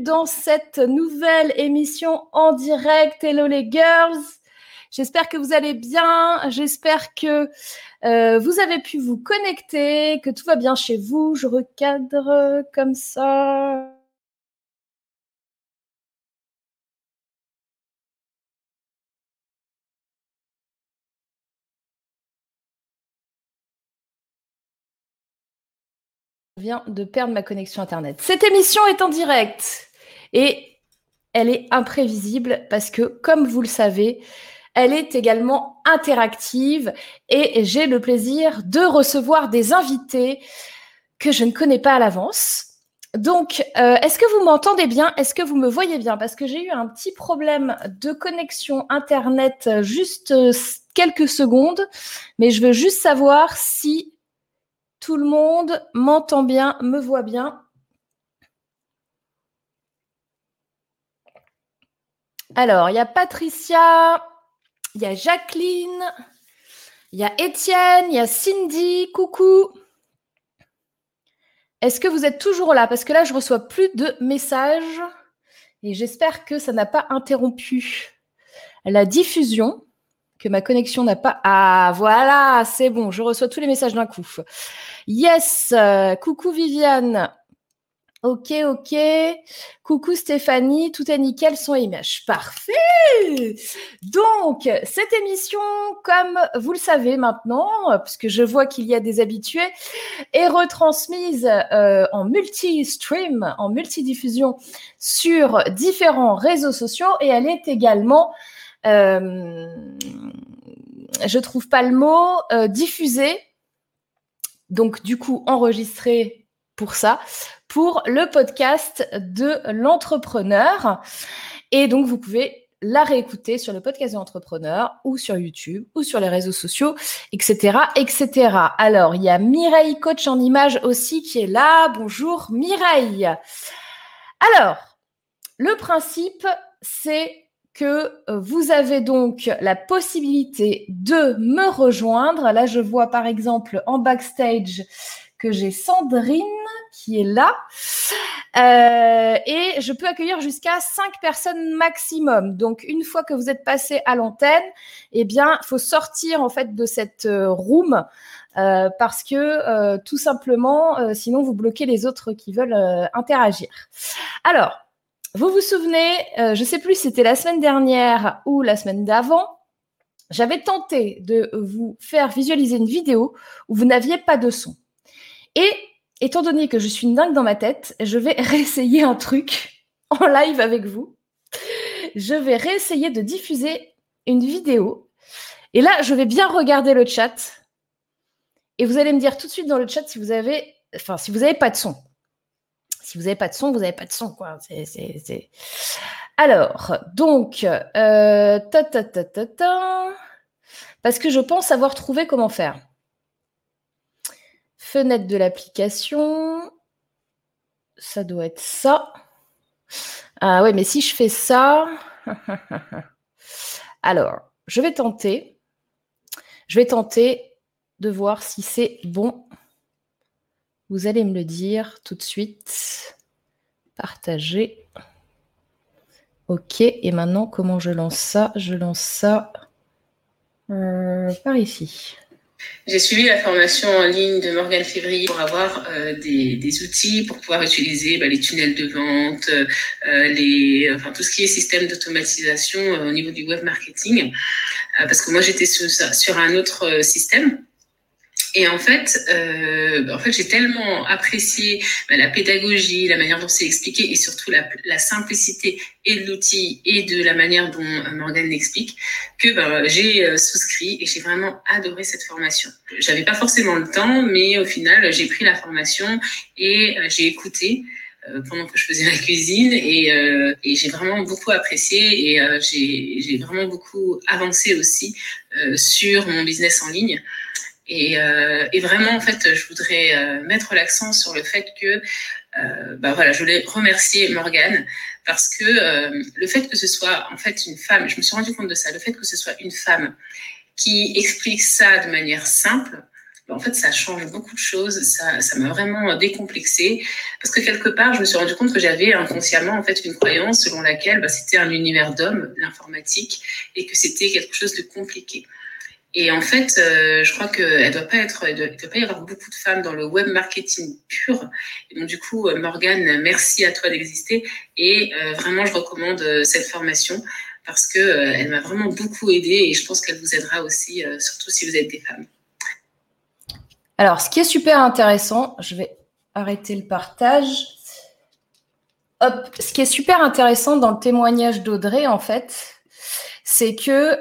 dans cette nouvelle émission en direct. Hello les girls, j'espère que vous allez bien, j'espère que vous avez pu vous connecter, que tout va bien chez vous. Je recadre comme ça. Je viens de perdre ma connexion Internet. Cette émission est en direct et elle est imprévisible parce que, comme vous le savez, elle est également interactive et j'ai le plaisir de recevoir des invités que je ne connais pas à l'avance. Donc, est-ce que vous m'entendez bien? Est-ce que vous me voyez bien? Parce que j'ai eu un petit problème de connexion Internet juste quelques secondes, mais je veux juste savoir si tout le monde m'entend bien, me voit bien. Alors, il y a Patricia, il y a Jacqueline, il y a Étienne, il y a Cindy, coucou. Est-ce que vous êtes toujours là? Parce que là, je reçois plus de messages et j'espère que ça n'a pas interrompu la diffusion, que ma connexion n'a pas... Ah, voilà, c'est bon, je reçois tous les messages d'un coup. Yes, coucou Viviane. Ok. Coucou Stéphanie, tout est nickel, son image. Parfait. Donc, cette émission, comme vous le savez maintenant, puisque je vois qu'il y a des habitués, est retransmise en multi-stream, en multidiffusion sur différents réseaux sociaux et elle est également, je trouve pas le mot, diffusée, donc du coup enregistrée pour ça, pour le podcast de l'entrepreneur. Et donc, vous pouvez la réécouter sur le podcast de l'entrepreneur ou sur YouTube ou sur les réseaux sociaux, etc., etc. Alors, il y a Mireille, coach en images aussi, qui est là. Bonjour Mireille. Alors, le principe, c'est que vous avez donc la possibilité de me rejoindre. Là, je vois par exemple en backstage que j'ai Sandrine qui est là. Et je peux accueillir jusqu'à 5 personnes maximum. Donc, une fois que vous êtes passé à l'antenne, eh bien, il faut sortir en fait de cette room parce que tout simplement, sinon vous bloquez les autres qui veulent interagir. Alors, vous vous souvenez, je ne sais plus si c'était la semaine dernière ou la semaine d'avant, j'avais tenté de vous faire visualiser une vidéo où vous n'aviez pas de son. Et étant donné que je suis une dingue dans ma tête, je vais réessayer un truc en live avec vous. Je vais réessayer de diffuser une vidéo. Et là, je vais bien regarder le chat. Et vous allez me dire tout de suite dans le chat si vous avez, si vous n'avez pas de son. Si vous n'avez pas de son, vous n'avez pas de son, quoi. Alors, donc, parce que je pense avoir trouvé comment faire. Fenêtre de l'application. Ça doit être ça. Ah ouais, mais si je fais ça... Alors, je vais tenter de voir si c'est bon. Vous allez me le dire tout de suite. Partager. Ok, et maintenant, comment je lance ça? Je lance ça par ici. J'ai suivi la formation en ligne de Morgane Février pour avoir des outils pour pouvoir utiliser les tunnels de vente, tout ce qui est système d'automatisation au niveau du web marketing, parce que moi j'étais sur un autre système. Et en fait, j'ai tellement apprécié la pédagogie, la manière dont c'est expliqué et surtout la simplicité et de l'outil et de la manière dont Morgane l'explique que j'ai souscrit et j'ai vraiment adoré cette formation. J'avais pas forcément le temps, mais au final, j'ai pris la formation et j'ai écouté pendant que je faisais la cuisine et j'ai vraiment beaucoup apprécié et j'ai vraiment beaucoup avancé aussi sur mon business en ligne. Et vraiment, en fait, je voudrais mettre l'accent sur le fait que, je voulais remercier Morgane parce que le fait que ce soit en fait une femme, je me suis rendu compte de ça, le fait que ce soit une femme qui explique ça de manière simple, en fait, ça change beaucoup de choses. Ça m'a vraiment décomplexée parce que quelque part, je me suis rendu compte que j'avais inconsciemment en fait une croyance selon laquelle c'était un univers d'hommes, l'informatique, et que c'était quelque chose de compliqué. Et en fait, je crois qu'il doit pas y avoir beaucoup de femmes dans le web marketing pur. Et donc, du coup, Morgane, merci à toi d'exister. Et vraiment, je recommande cette formation parce que elle m'a vraiment beaucoup aidée et je pense qu'elle vous aidera aussi, surtout si vous êtes des femmes. Alors, ce qui est super intéressant, je vais arrêter le partage. Hop, ce qui est super intéressant dans le témoignage d'Audrey, en fait, c'est que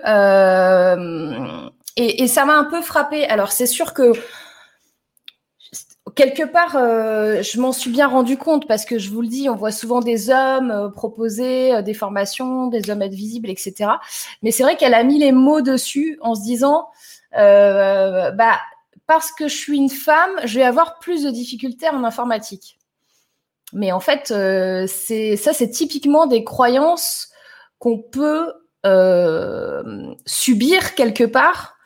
et ça m'a un peu frappée. Alors, c'est sûr que quelque part, je m'en suis bien rendu compte parce que je vous le dis, on voit souvent des hommes proposer des formations, des hommes être visibles, etc. Mais c'est vrai qu'elle a mis les mots dessus en se disant, parce que je suis une femme, je vais avoir plus de difficultés en informatique. Mais en fait, c'est typiquement des croyances qu'on peut subir quelque part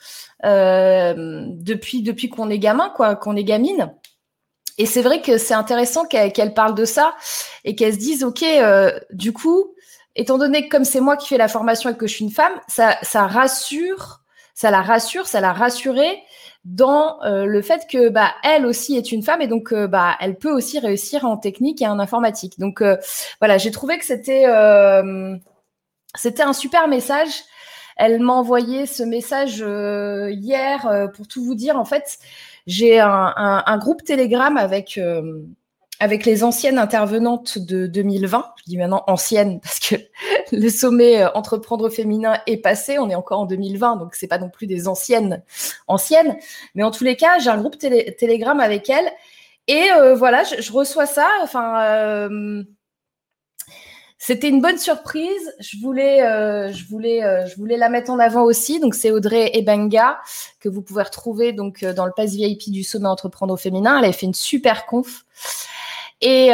depuis qu'on est gamin, quoi, qu'on est gamine. Et c'est vrai que c'est intéressant qu'elle parle de ça et qu'elle se dise, ok, du coup, étant donné que comme c'est moi qui fais la formation et que je suis une femme, ça la rassure, ça l'a rassurée dans le fait que elle aussi est une femme et donc elle peut aussi réussir en technique et en informatique. Donc voilà, j'ai trouvé que c'était un super message. Elle m'a envoyé ce message hier pour tout vous dire. En fait, j'ai un groupe Telegram avec les anciennes intervenantes de 2020. Je dis maintenant anciennes parce que le sommet Entreprendre féminin est passé. On est encore en 2020, donc c'est pas non plus des anciennes. Mais en tous les cas, j'ai un groupe Telegram avec elles. Et voilà, je reçois ça. Enfin, c'était une bonne surprise. Je voulais la mettre en avant aussi. Donc c'est Audrey Ebenga que vous pouvez retrouver donc dans le pass VIP du sommet Entreprendre au féminin. Elle avait fait une super conf. Et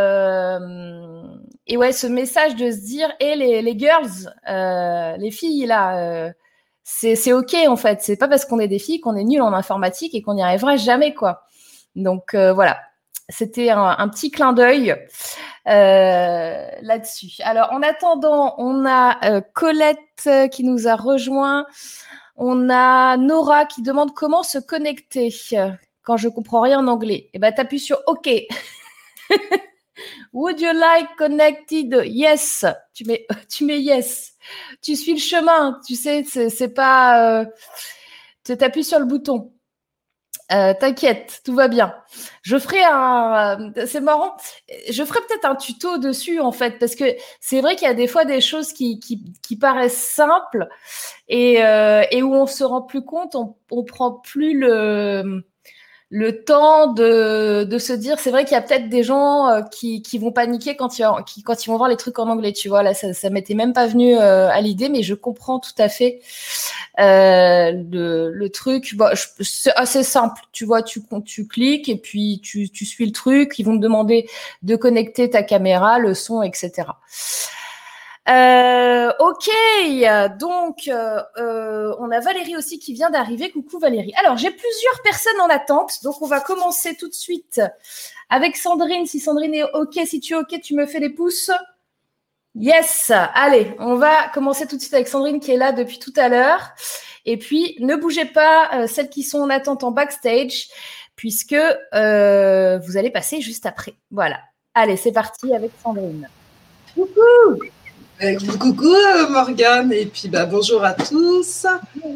ouais, ce message de se dire, les girls, les filles là, c'est ok en fait. C'est pas parce qu'on est des filles qu'on est nul en informatique et qu'on n'y arrivera jamais quoi. Donc voilà, c'était un petit clin d'œil là-dessus. Alors en attendant, on a Colette qui nous a rejoint. On a Nora qui demande comment se connecter quand je comprends rien en anglais. Et t'appuies sur OK. Would you like connected? Yes. Tu mets yes. Tu suis le chemin. Tu sais, c'est pas. Tu t'appuies sur le bouton. T'inquiète, tout va bien. Je ferai c'est marrant. Je ferai peut-être un tuto dessus en fait, parce que c'est vrai qu'il y a des fois des choses qui paraissent simples et où on se rend plus compte, on prend plus le temps de se dire, c'est vrai qu'il y a peut-être des gens qui vont paniquer quand ils vont voir les trucs en anglais, tu vois. Là, ça m'était même pas venu à l'idée, mais je comprends tout à fait le truc. C'est assez simple, tu vois, tu cliques et puis tu suis le truc. Ils vont te demander de connecter ta caméra, le son, etc. Ok, donc on a Valérie aussi qui vient d'arriver. Coucou Valérie. Alors j'ai plusieurs personnes en attente, donc on va commencer tout de suite avec Sandrine. Si Sandrine est ok, si tu es ok, tu me fais des pouces. Yes, allez, on va commencer tout de suite avec Sandrine qui est là depuis tout à l'heure. Et puis ne bougez pas, celles qui sont en attente en backstage, puisque vous allez passer juste après. Voilà. Allez, c'est parti avec Sandrine. Coucou. Coucou Morgane, et puis bonjour à tous.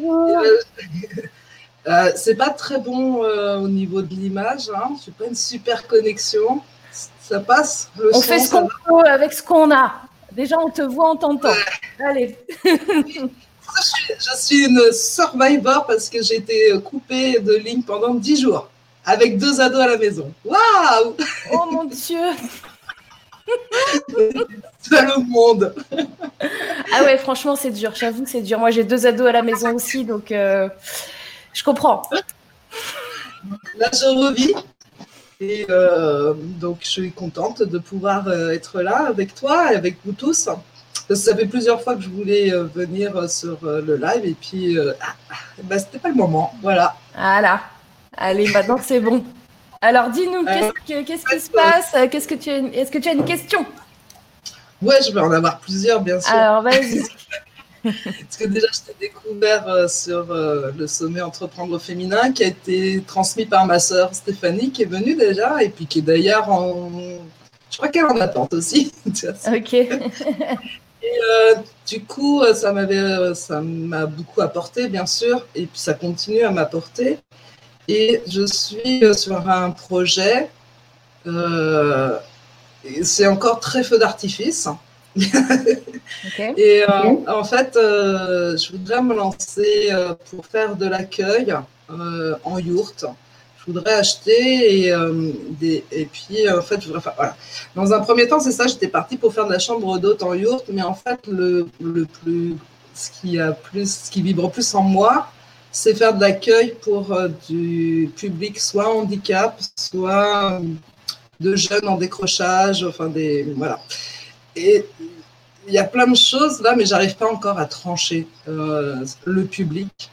C'est pas très bon au niveau de l'image, hein. Je n'ai pas une super connexion. Ça passe le On son, fait ce qu'on peut avec ce qu'on a. Déjà, on te voit, on t'entend. Allez. Je suis une survivor parce que j'ai été coupée de ligne pendant 10 jours avec 2 ados à la maison. Waouh! Oh mon Dieu! C'est le monde. Ah ouais, franchement, c'est dur. J'avoue que c'est dur. Moi, j'ai 2 ados à la maison aussi, donc je comprends. Là, je revis. Et donc, je suis contente de pouvoir être là avec toi et avec vous tous. Parce que ça fait plusieurs fois que je voulais venir sur le live et puis c'était pas le moment. Voilà. Voilà. Allez, maintenant c'est bon. Alors, dis-nous, qu'est-ce qui se passe? Est-ce que tu as une question? Ouais, je vais en avoir plusieurs, bien sûr. Alors, vas-y. Parce que déjà, je t'ai découvert sur le sommet Entreprendre au féminin qui a été transmis par ma sœur Stéphanie, qui est venue déjà, et puis qui est d'ailleurs je crois qu'elle en attente aussi. Ok. Et du coup, ça m'a beaucoup apporté, bien sûr, et puis ça continue à m'apporter. Et je suis sur un projet, c'est encore très feu d'artifice. Okay. Et en fait, je voudrais me lancer pour faire de l'accueil en yourte. Je voudrais acheter et puis en fait, voilà. Dans un premier temps, c'est ça, j'étais partie pour faire de la chambre d'hôte en yourte, mais en fait, ce qui vibre plus en moi, c'est faire de l'accueil pour du public, soit handicap, soit de jeunes en décrochage, enfin voilà. Et il y a plein de choses là, mais j'arrive pas encore à trancher le public.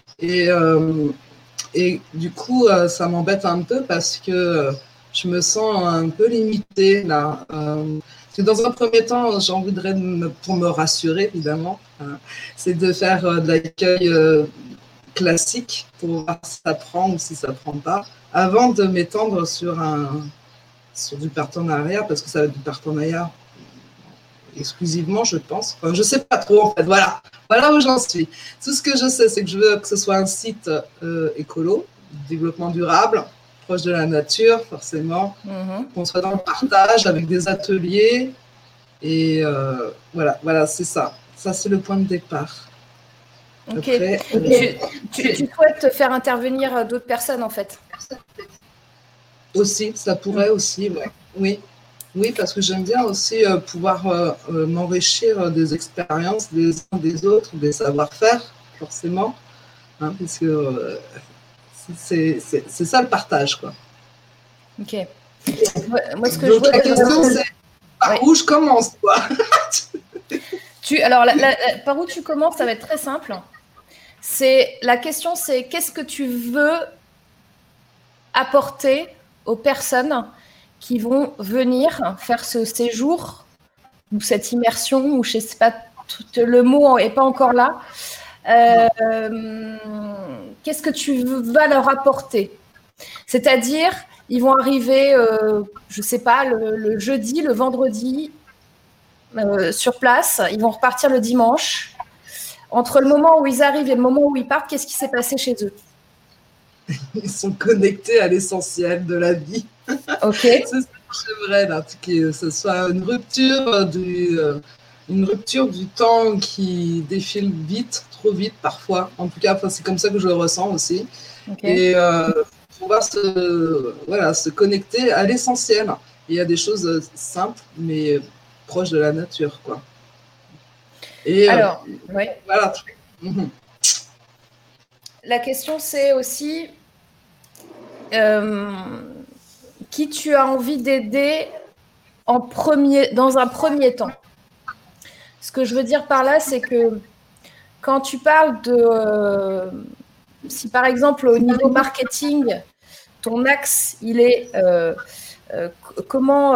Et du coup, ça m'embête un peu parce que je me sens un peu limitée là. Parce que dans un premier temps, j'en voudrais, pour me rassurer évidemment, c'est de faire de l'accueil classique pour voir si ça prend ou si ça prend pas, avant de m'étendre sur du partenariat, parce que ça va être du partenariat exclusivement, je pense. Enfin, je sais pas trop, en fait. Voilà où j'en suis. Tout ce que je sais, c'est que je veux que ce soit un site écolo, développement durable, proche de la nature, forcément, qu'on soit dans le partage avec des ateliers. Et voilà, c'est ça. Ça, c'est le point de départ. Ok. Après, tu souhaites te faire intervenir d'autres personnes, en fait? Aussi, ça pourrait aussi, ouais. Oui, parce que j'aime bien aussi pouvoir m'enrichir des expériences des uns des autres, des savoir-faire, forcément, hein, parce que c'est ça le partage, quoi. Ok. Moi, ce que je vois. La question, c'est par où je commence, quoi. Alors, par où tu commences, ça va être très simple. La question, c'est qu'est-ce que tu veux apporter aux personnes qui vont venir faire ce séjour ou cette immersion, ou je ne sais pas, le mot n'est pas encore là. Qu'est-ce que tu vas leur apporter? C'est-à-dire, ils vont arriver, je ne sais pas, le jeudi, le vendredi, sur place. Ils vont repartir le dimanche. Entre le moment où ils arrivent et le moment où ils partent, qu'est-ce qui s'est passé chez eux? Ils sont connectés à l'essentiel de la vie. Ok. C'est ça que j'aimerais, là, que ce soit une rupture du temps qui défile vite, trop vite parfois. En tout cas, c'est comme ça que je le ressens aussi. Okay. Et pouvoir se connecter à l'essentiel. Il y a des choses simples, mais proches de la nature, quoi. Et alors, ouais. Voilà. La question, c'est aussi qui tu as envie d'aider dans un premier temps. Ce que je veux dire par là, c'est que quand tu parles de... si par exemple, au niveau marketing, ton axe, il est comment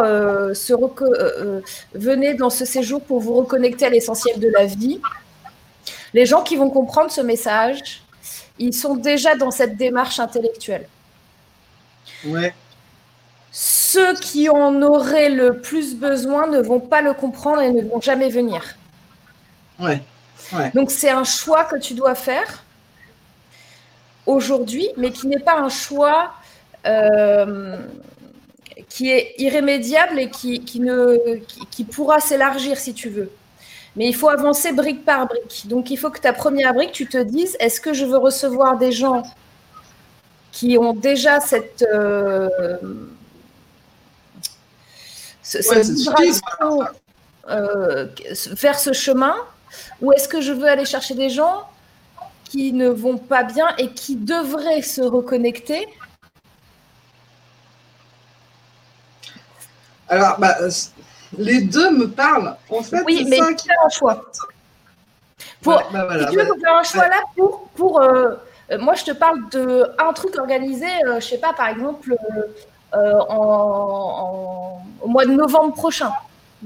venez dans ce séjour pour vous reconnecter à l'essentiel de la vie. Les gens qui vont comprendre ce message, ils sont déjà dans cette démarche intellectuelle. Ouais. Ceux qui en auraient le plus besoin ne vont pas le comprendre et ne vont jamais venir. Ouais. Donc, c'est un choix que tu dois faire aujourd'hui, mais qui n'est pas un choix qui est irrémédiable et qui pourra s'élargir si tu veux. Mais il faut avancer brique par brique. Donc, il faut que ta première brique, tu te dises, est-ce que je veux recevoir des gens qui ont déjà cette vibration vers ce chemin, ou est-ce que je veux aller chercher des gens qui ne vont pas bien et qui devraient se reconnecter? Alors, les deux me parlent. En fait, oui, mais tu fais un choix. Si tu veux faire un choix là pour moi, je te parle d'un truc organisé, je sais pas, par exemple, au mois de novembre prochain. D'accord ?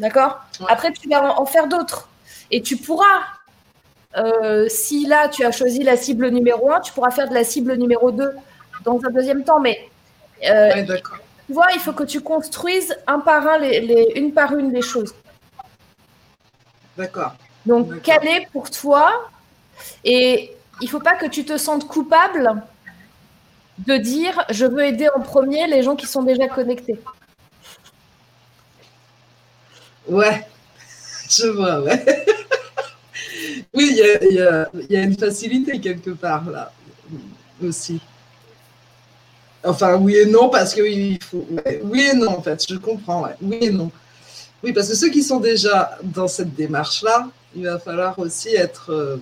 Ouais. Après, tu vas en faire d'autres. Et tu pourras, si là, tu as choisi la cible numéro 1, tu pourras faire de la cible numéro 2 dans un deuxième temps. Mais Ouais, d'accord. tu vois, il faut que tu construises un par un, une par une les choses. D'accord. Donc, D'accord. quel est pour toi, et il ne faut pas que tu te sentes coupable de dire je veux aider en premier les gens qui sont déjà connectés. Ouais, je vois, ouais. Oui, il y a une facilité quelque part là aussi. Enfin, oui et non, parce que il faut. Ouais, oui et non, en fait, je comprends. Ouais. Oui et non. Oui, parce que ceux qui sont déjà dans cette démarche-là, il va falloir aussi être.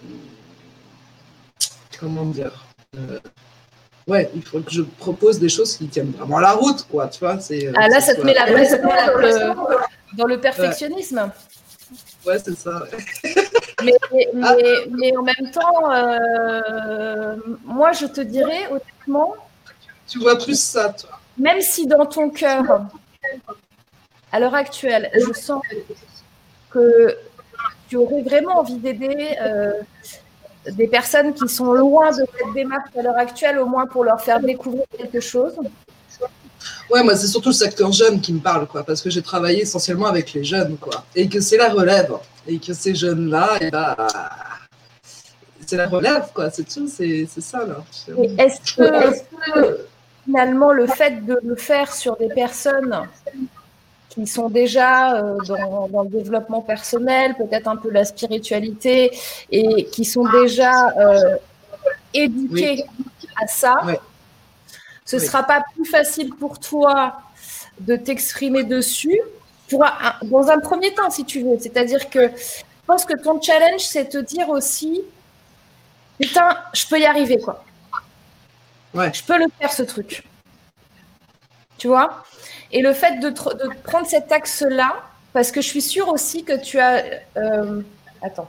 Comment dire ouais, il faut que je propose des choses qui tiennent vraiment la route, quoi. Tu vois, c'est. Ah là, ça te met la pression dans le perfectionnisme. Ouais, c'est ça. Ouais. Mais en même temps, moi, je te dirais honnêtement. Tu vois plus ça, toi. Même si dans ton cœur, à l'heure actuelle, je sens que tu aurais vraiment envie d'aider des personnes qui sont loin de cette démarche à l'heure actuelle, au moins pour leur faire découvrir quelque chose. Ouais, moi, c'est surtout le secteur jeune qui me parle, quoi, parce que j'ai travaillé essentiellement avec les jeunes, quoi, et que c'est la relève, et que ces jeunes-là, et bah, c'est la relève, quoi, c'est tout, c'est ça, là. Et est-ce que finalement, le fait de le faire sur des personnes qui sont déjà dans le développement personnel, peut-être un peu la spiritualité, et qui sont déjà éduquées à ça, ce ne sera pas plus facile pour toi de t'exprimer dessus dans un premier temps, si tu veux. C'est-à-dire que je pense que ton challenge, c'est te dire aussi, putain, je peux y arriver, quoi. Ouais. Je peux le faire, ce truc. Tu vois ? Et le fait de prendre cet axe-là, parce que je suis sûre aussi que tu as... attends.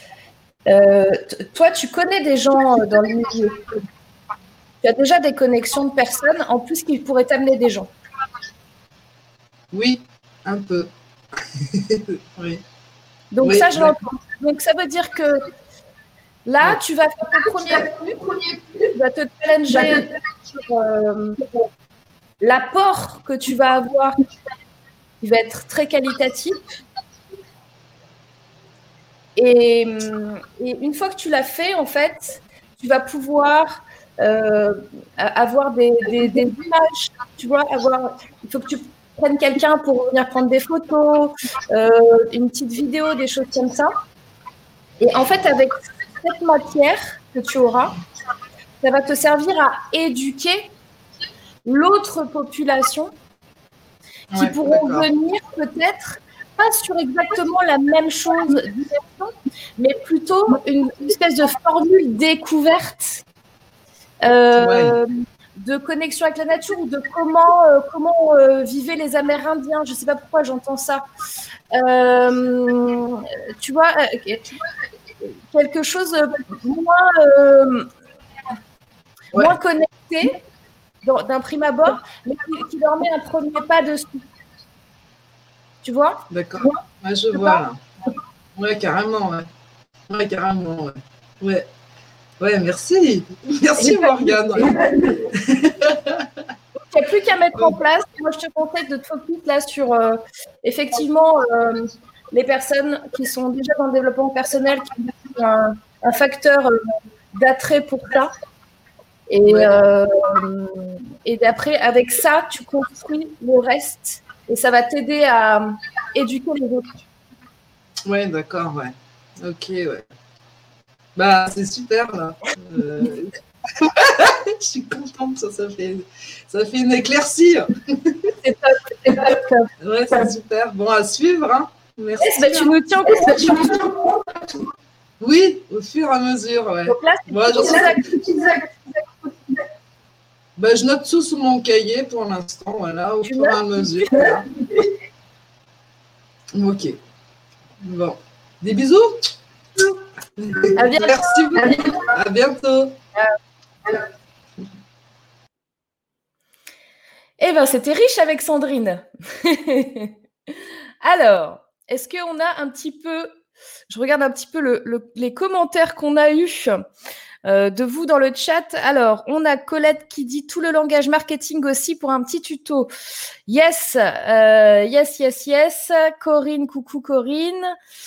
Toi, tu connais des gens dans le milieu. Tu as déjà des connexions de personnes, en plus, qui pourraient t'amener des gens. Oui, un peu. Oui. Donc ça, je l'entends. Donc ça veut dire que là, tu vas faire ton premier truc, tu vas te challenger sur l'apport que tu vas avoir, qui va être très qualitatif. Et une fois que tu l'as fait, en fait, tu vas pouvoir avoir des images, tu vois, il faut que tu prennes quelqu'un pour venir prendre des photos, une petite vidéo, des choses comme ça. Et en fait, avec cette matière que tu auras, ça va te servir à éduquer l'autre population qui pourront venir peut-être pas sur exactement la même chose, mais plutôt une espèce de formule découverte de connexion avec la nature ou de comment vivaient les Amérindiens. Je ne sais pas pourquoi j'entends ça. Tu vois, quelque chose moins connecté d'un prime abord, mais qui leur met un premier pas dessus. Tu vois ? D'accord. Ouais, je vois là. Ouais, carrément, ouais. Ouais, carrément, ouais. Ouais. Ouais, merci. Merci, Morgane. Il n'y a plus qu'à mettre en place. Moi, je te conseille de te focus là sur effectivement les personnes qui sont déjà dans le développement personnel, qui ont un facteur d'attrait pour ça. Et d'après, avec ça, tu construis le reste et ça va t'aider à éduquer les autres. Ouais, d'accord, ouais. Ok, ouais. Bah, c'est super, là. Je suis contente, ça fait une éclaircie. C'est top. Ouais, c'est super. Bon, à suivre, hein. Merci. Bah, tu nous tiens au courant. Oui, au fur et à mesure, ouais. Donc là, moi, je note tout sur mon cahier pour l'instant, voilà, au fur et à mesure. Voilà. Ok. Bon. Des bisous. À bientôt. Merci beaucoup. À bientôt. Eh ben, c'était riche avec Sandrine. Alors, est-ce qu'on a un petit peu... Je regarde un petit peu les commentaires qu'on a eus de vous dans le chat. Alors, on a Colette qui dit tout le langage marketing aussi pour un petit tuto. Yes, yes. Corinne, coucou Corinne.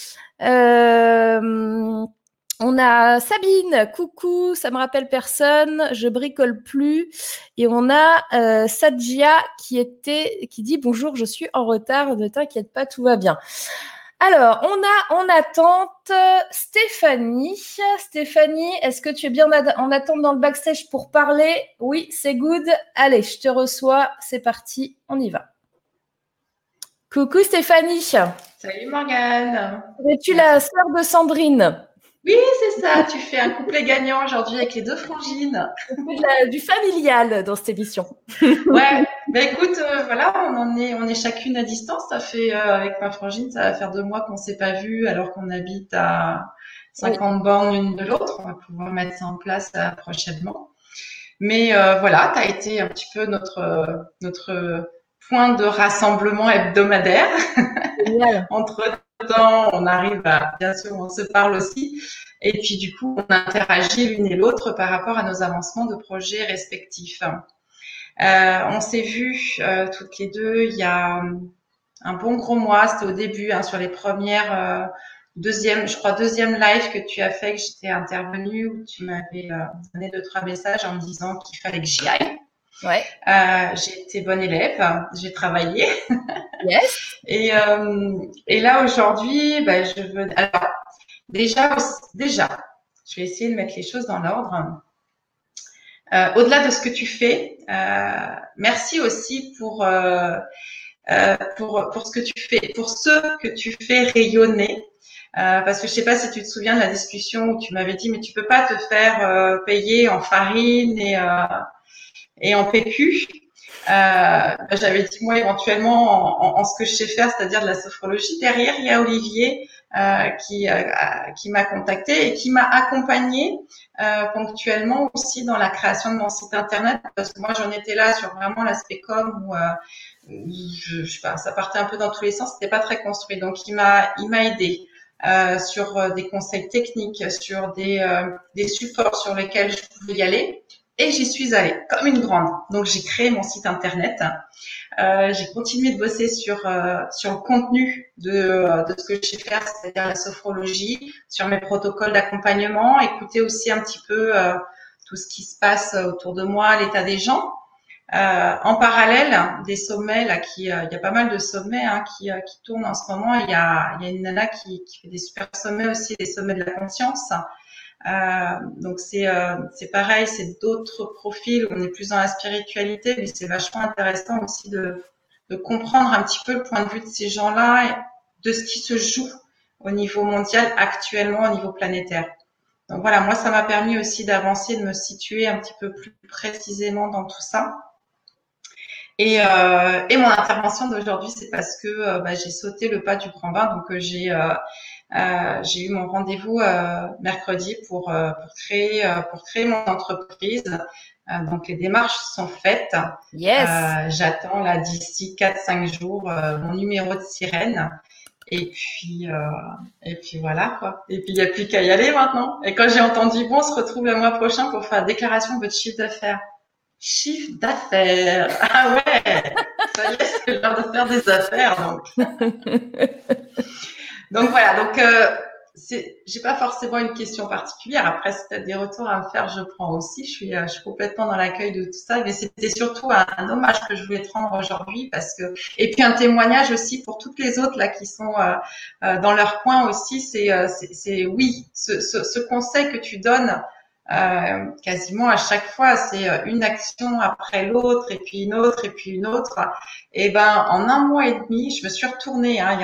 On a Sabine, coucou, ça me rappelle personne, je bricole plus. Et on a Sadjia qui dit bonjour, je suis en retard, ne t'inquiète pas, tout va bien. Alors, on a en attente Stéphanie. Stéphanie, est-ce que tu es bien en attente dans le backstage pour parler? Oui, c'est good. Allez, je te reçois, c'est parti, on y va. Coucou Stéphanie. Salut Morgane. Es-tu la sœur de Sandrine? Oui, c'est ça. Tu fais un couplet gagnant aujourd'hui avec les deux frangines. Du familial dans cette émission. Ouais. Ben écoute, voilà, on est chacune à distance. Ça fait avec ma frangine, ça va faire 2 mois qu'on s'est pas vues alors qu'on habite à 50 bornes l'une de l'autre. On va pouvoir mettre ça en place prochainement. Mais voilà, tu as été un petit peu notre point de rassemblement hebdomadaire. Entre-temps, on arrive à, bien sûr, on se parle aussi. Et puis, du coup, on interagit l'une et l'autre par rapport à nos avancements de projets respectifs. On s'est vus toutes les deux il y a un bon gros mois. C'était au début, sur les premières, deuxième live que tu as fait, que j'étais intervenue, où tu m'avais donné 2-3 messages en me disant qu'il fallait que j'y aille. Ouais. J'ai été bonne élève, j'ai travaillé. Yes. Et là aujourd'hui, je veux. Alors déjà, je vais essayer de mettre les choses dans l'ordre. Au-delà de ce que tu fais, merci aussi pour ce que tu fais, pour ce que tu fais rayonner. Parce que je sais pas si tu te souviens de la discussion où tu m'avais dit mais tu peux pas te faire payer en farine et en PQ. J'avais dit moi éventuellement en ce que je sais faire, c'est-à-dire de la sophrologie. Derrière, il y a Olivier qui m'a contacté et qui m'a accompagné ponctuellement aussi dans la création de mon site internet, parce que moi j'en étais là sur vraiment l'aspect com où je sais pas, ça partait un peu dans tous les sens, c'était pas très construit. Donc il m'a aidé sur des conseils techniques, sur des supports sur lesquels je pouvais y aller. Et j'y suis allée comme une grande. Donc j'ai créé mon site internet. J'ai continué de bosser sur le contenu de ce que je sais faire, c'est-à-dire la sophrologie, sur mes protocoles d'accompagnement, écouter aussi un petit peu tout ce qui se passe autour de moi, l'état des gens. En parallèle des sommets là, il y a pas mal de sommets qui tournent en ce moment. Il y a une nana qui fait des super sommets aussi, des sommets de la conscience. Donc c'est pareil, c'est d'autres profils, on est plus dans la spiritualité, mais c'est vachement intéressant aussi de comprendre un petit peu le point de vue de ces gens-là et de ce qui se joue au niveau mondial actuellement, au niveau planétaire. Donc voilà, moi ça m'a permis aussi d'avancer, de me situer un petit peu plus précisément dans tout ça. Et mon intervention d'aujourd'hui, c'est parce que j'ai sauté le pas du grand bain, donc j'ai eu mon rendez-vous mercredi pour créer mon entreprise. Donc les démarches sont faites. Yes. J'attends là d'ici 4-5 jours mon numéro de sirène. Et puis voilà quoi. Et puis il n'y a plus qu'à y aller maintenant. Et quand j'ai entendu on se retrouve le mois prochain pour faire la déclaration de votre chiffre d'affaires. Chiffre d'affaires. Ah ouais. Ça y est, c'est l'heure de faire des affaires donc. Donc voilà, donc j'ai pas forcément une question particulière. Après, si tu as des retours à me faire, je prends aussi. Je suis complètement dans l'accueil de tout ça. Mais c'était surtout un hommage que je voulais te rendre aujourd'hui parce que et puis un témoignage aussi pour toutes les autres là qui sont dans leur coin aussi. C'est oui, ce conseil que tu donnes. Quasiment à chaque fois, c'est une action après l'autre et puis une autre et puis une autre. Et en 1 mois et demi, je me suis retournée. Il y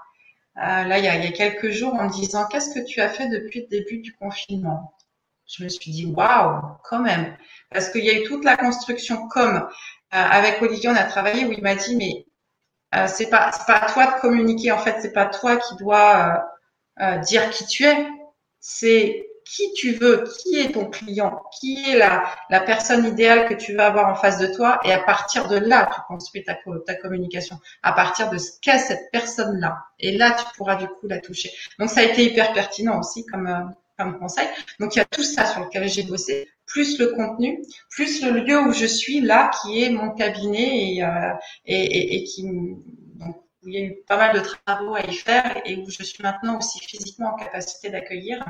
a quelques jours en me disant qu'est-ce que tu as fait depuis le début du confinement. Je me suis dit waouh, quand même, parce qu'il y a eu toute la construction comme avec Olivier on a travaillé où il m'a dit mais c'est pas à toi de communiquer en fait, c'est pas toi qui dois dire qui tu es, c'est qui tu veux, qui est ton client, qui est la personne idéale que tu veux avoir en face de toi. Et à partir de là, tu construis ta communication. À partir de ce qu'est cette personne-là. Et là, tu pourras du coup la toucher. Donc, ça a été hyper pertinent aussi comme conseil. Donc, il y a tout ça sur lequel j'ai bossé, plus le contenu, plus le lieu où je suis là, qui est mon cabinet et qui, donc, où il y a eu pas mal de travaux à y faire et où je suis maintenant aussi physiquement en capacité d'accueillir.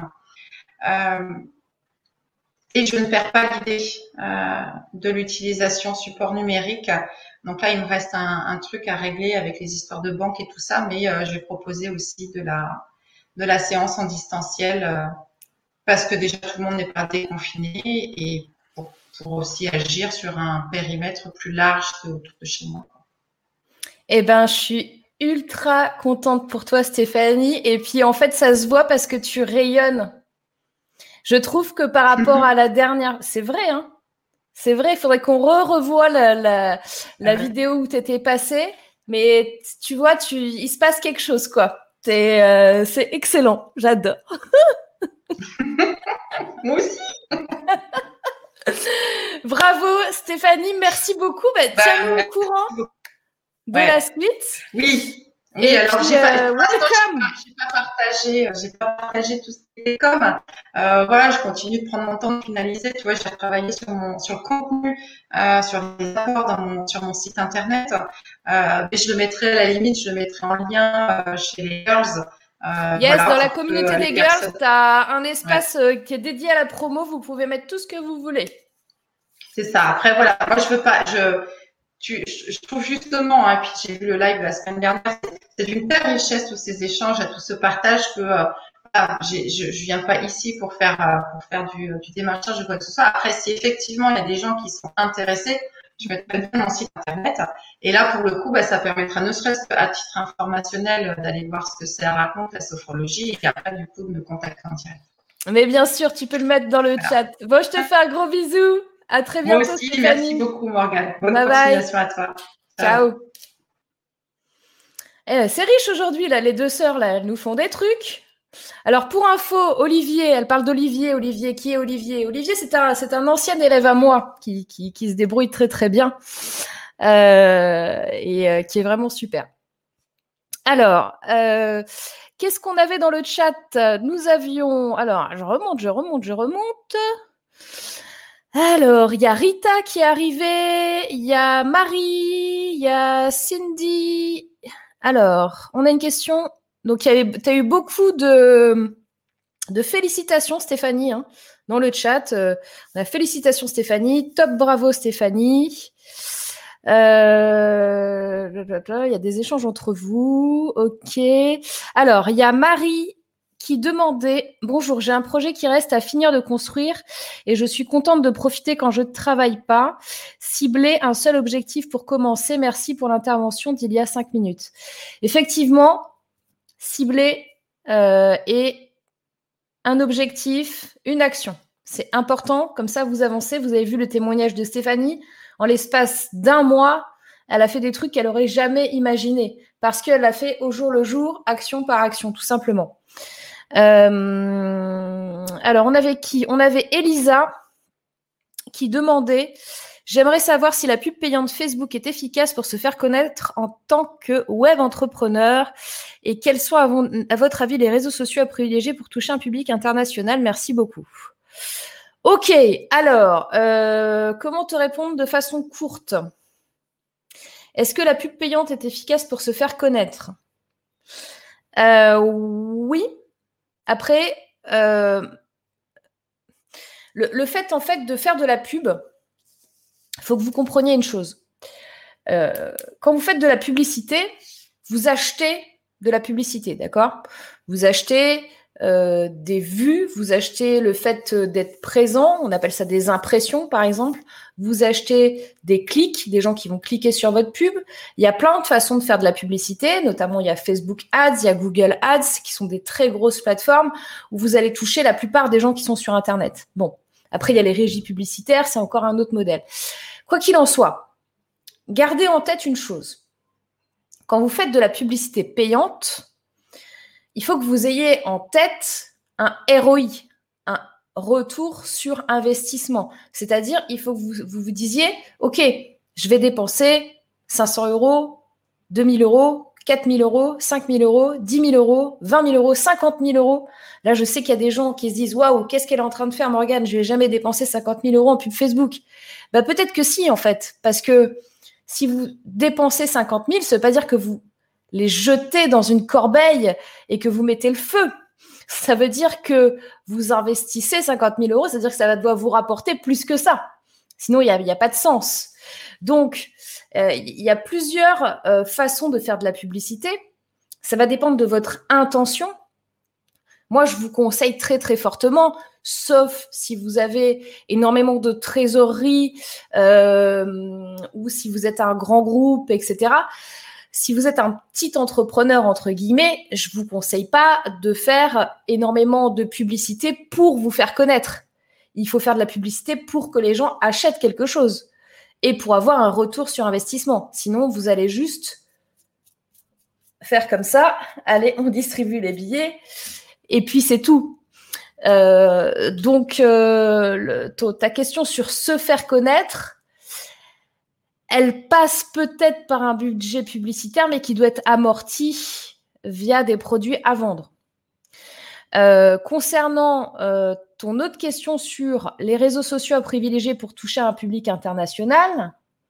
Et je ne perds pas l'idée de l'utilisation support numérique. Donc là, il me reste un truc à régler avec les histoires de banque et tout ça, mais je vais proposer aussi de la séance en distanciel parce que déjà tout le monde n'est pas déconfiné et pour aussi agir sur un périmètre plus large que autour de chez moi. Eh ben, je suis ultra contente pour toi, Stéphanie. Et puis, en fait, ça se voit parce que tu rayonnes. Je trouve que par rapport à la dernière, c'est vrai, hein. C'est vrai, il faudrait qu'on revoie la vidéo où tu étais passée. Mais tu vois, il se passe quelque chose, quoi. C'est excellent. J'adore. Moi aussi. Bravo, Stéphanie. Merci beaucoup. Tiens-nous au courant de la suite. Oui. Oui, et alors puis, j'ai pas partagé tout ce qui est com. Voilà, je continue de prendre mon temps de finaliser. Tu vois, j'ai travaillé sur le contenu, sur les apports sur mon site internet. Mais je le mettrai à la limite, je le mettrai en lien chez les girls. Voilà, dans la communauté des girls, tu as un espace qui est dédié à la promo. Vous pouvez mettre tout ce que vous voulez. C'est ça. Après, voilà, moi je veux pas. Je trouve justement, puis j'ai vu le live la semaine dernière, c'est d'une telle richesse tous ces échanges, tout ce partage que je viens pas ici pour faire du démarchage ou quoi que ce soit. Après, si effectivement il y a des gens qui sont intéressés, je mettrai bien mon site internet. Et là, pour le coup, ça permettra ne serait-ce qu'à titre informationnel d'aller voir ce que ça raconte la sophrologie et après du coup de me contacter en direct. Mais bien sûr, tu peux le mettre dans le chat. Bon, je te fais un gros bisou. À très bientôt, moi aussi, Stéphanie. merci beaucoup, Morgane. Bonne continuation à toi. Ciao. C'est riche aujourd'hui, là, les deux sœurs, là, elles nous font des trucs. Alors, pour info, Olivier, elle parle d'Olivier. Olivier, qui est Olivier? Olivier, c'est un ancien élève à moi qui se débrouille très, très bien et qui est vraiment super. Alors, qu'est-ce qu'on avait dans le chat? Nous avions... Alors, je remonte. Alors, il y a Rita qui est arrivée, il y a Marie, il y a Cindy. Alors, on a une question. Donc, tu as eu beaucoup de félicitations, Stéphanie, hein, dans le chat. On a félicitations, Stéphanie. Top, bravo, Stéphanie. Il y a des échanges entre vous. Ok. Alors, il y a Marie qui demandait « Bonjour, j'ai un projet qui reste à finir de construire et je suis contente de profiter quand je ne travaille pas. Cibler un seul objectif pour commencer. Merci pour l'intervention d'il y a 5 minutes. » Effectivement, cibler et un objectif, une action. C'est important, comme ça vous avancez. Vous avez vu le témoignage de Stéphanie. En l'espace d'1 mois, elle a fait des trucs qu'elle n'aurait jamais imaginés parce qu'elle l'a fait au jour le jour, action par action, tout simplement. Alors, on avait qui? On avait Elisa qui demandait « J'aimerais savoir si la pub payante Facebook est efficace pour se faire connaître en tant que web entrepreneur et quels sont, à votre avis, les réseaux sociaux à privilégier pour toucher un public international. Merci beaucoup. » Ok, alors, comment te répondre de façon courte? Est-ce que la pub payante est efficace pour se faire connaître? Oui. Après, le fait, en fait, de faire de la pub, il faut que vous compreniez une chose. Quand vous faites de la publicité, vous achetez de la publicité, d'accord? Vous achetez des vues, vous achetez le fait d'être présent, on appelle ça des impressions, par exemple. Vous achetez des clics, des gens qui vont cliquer sur votre pub. Il y a plein de façons de faire de la publicité, notamment il y a Facebook Ads, il y a Google Ads, qui sont des très grosses plateformes où vous allez toucher la plupart des gens qui sont sur Internet. Bon, après, il y a les régies publicitaires, c'est encore un autre modèle. Quoi qu'il en soit, gardez en tête une chose. Quand vous faites de la publicité payante, il faut que vous ayez en tête un ROI, un retour sur investissement. C'est-à-dire, il faut que vous disiez, OK, je vais dépenser 500 €, 2 000 €, 4 000 €, 5 000 €, 10 000 €, 20 000 €, 50 000 €. Là, je sais qu'il y a des gens qui se disent « Waouh, qu'est-ce qu'elle est en train de faire, Morgane? Je vais jamais dépenser 50 000 € en pub Facebook. » Bah, peut-être que si, en fait. Parce que si vous dépensez 50 000, ça ne veut pas dire que vous les jetez dans une corbeille et que vous mettez le feu. Ça veut dire que vous investissez 50 000 €, c'est-à-dire que ça doit vous rapporter plus que ça. Sinon, il n'y a pas de sens. Donc, il y a plusieurs façons de faire de la publicité. Ça va dépendre de votre intention. Moi, je vous conseille très, très fortement, sauf si vous avez énormément de trésorerie ou si vous êtes un grand groupe, etc. Si vous êtes un petit entrepreneur, entre guillemets, je ne vous conseille pas de faire énormément de publicité pour vous faire connaître. Il faut faire de la publicité pour que les gens achètent quelque chose et pour avoir un retour sur investissement. Sinon, vous allez juste faire comme ça. Allez, on distribue les billets et puis c'est tout. Donc, ta question sur se faire connaître, elle passe peut-être par un budget publicitaire, mais qui doit être amorti via des produits à vendre. Concernant ton autre question sur les réseaux sociaux à privilégier pour toucher un public international,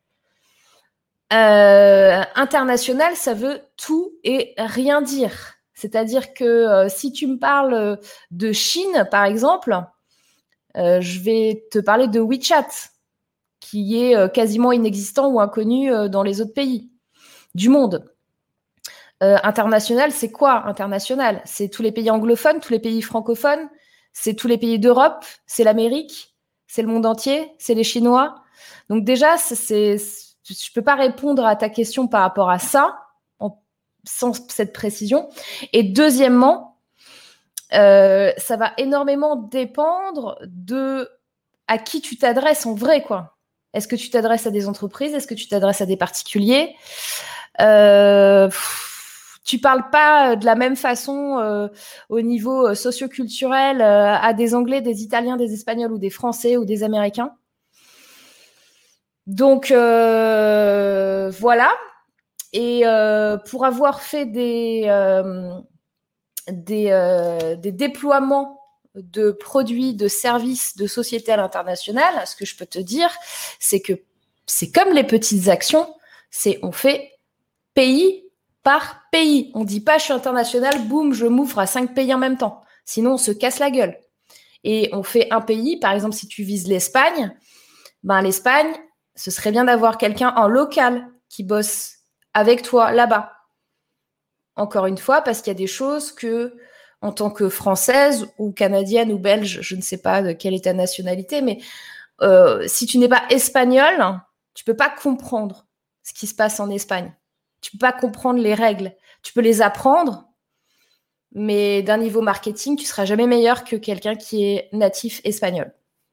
international, ça veut tout et rien dire. C'est-à-dire que si tu me parles de Chine, par exemple, je vais te parler de WeChat, qui est quasiment inexistant ou inconnu dans les autres pays du monde. International, c'est quoi international? C'est tous les pays anglophones, tous les pays francophones, c'est tous les pays d'Europe, c'est l'Amérique, c'est le monde entier, c'est les Chinois. Donc déjà, je ne peux pas répondre à ta question par rapport à ça, sans cette précision. Et deuxièmement, ça va énormément dépendre de à qui tu t'adresses en vrai, quoi. Est-ce que tu t'adresses à des entreprises? Est-ce que tu t'adresses à des particuliers? Tu parles pas de la même façon au niveau socio-culturel à des Anglais, des Italiens, des Espagnols ou des Français ou des Américains. Donc, voilà. Et pour avoir fait des déploiements de produits, de services, de sociétés à l'international, ce que je peux te dire, c'est que c'est comme les petites actions, on fait pays par pays. On ne dit pas je suis international, boum, je m'ouvre à 5 pays en même temps. Sinon, on se casse la gueule. Et on fait un pays, par exemple, si tu vises l'Espagne, ben l'Espagne, ce serait bien d'avoir quelqu'un en local qui bosse avec toi là-bas. Encore une fois, parce qu'il y a des choses que, en tant que Française ou Canadienne ou Belge, je ne sais pas de quelle est ta nationalité, mais si tu n'es pas espagnol, tu ne peux pas comprendre ce qui se passe en Espagne. Tu ne peux pas comprendre les règles. Tu peux les apprendre, mais d'un niveau marketing, tu ne seras jamais meilleur que quelqu'un qui est natif espagnol.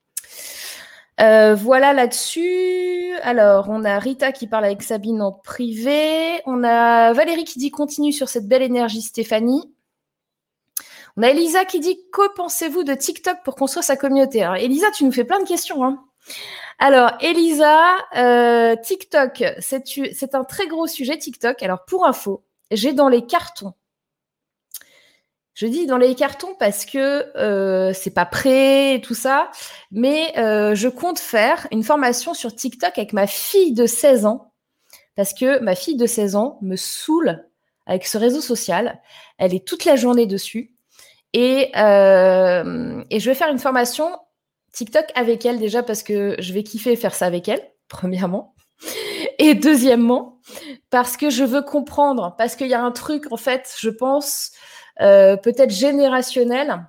Voilà là-dessus. Alors, on a Rita qui parle avec Sabine en privé. On a Valérie qui dit « Continue sur cette belle énergie, Stéphanie ». On a Elisa qui dit « Que pensez-vous de TikTok pour construire sa communauté ?» Alors, Elisa, tu nous fais plein de questions, hein. Alors, Elisa, TikTok, c'est un très gros sujet, TikTok. Alors, pour info, j'ai dans les cartons. Je dis dans les cartons parce que c'est pas prêt et tout ça, mais je compte faire une formation sur TikTok avec ma fille de 16 ans parce que ma fille de 16 ans me saoule avec ce réseau social. Elle est toute la journée dessus et je vais faire une formation TikTok avec elle déjà parce que je vais kiffer faire ça avec elle, premièrement. Et deuxièmement, parce que je veux comprendre, parce qu'il y a un truc, en fait, je pense, peut-être générationnel,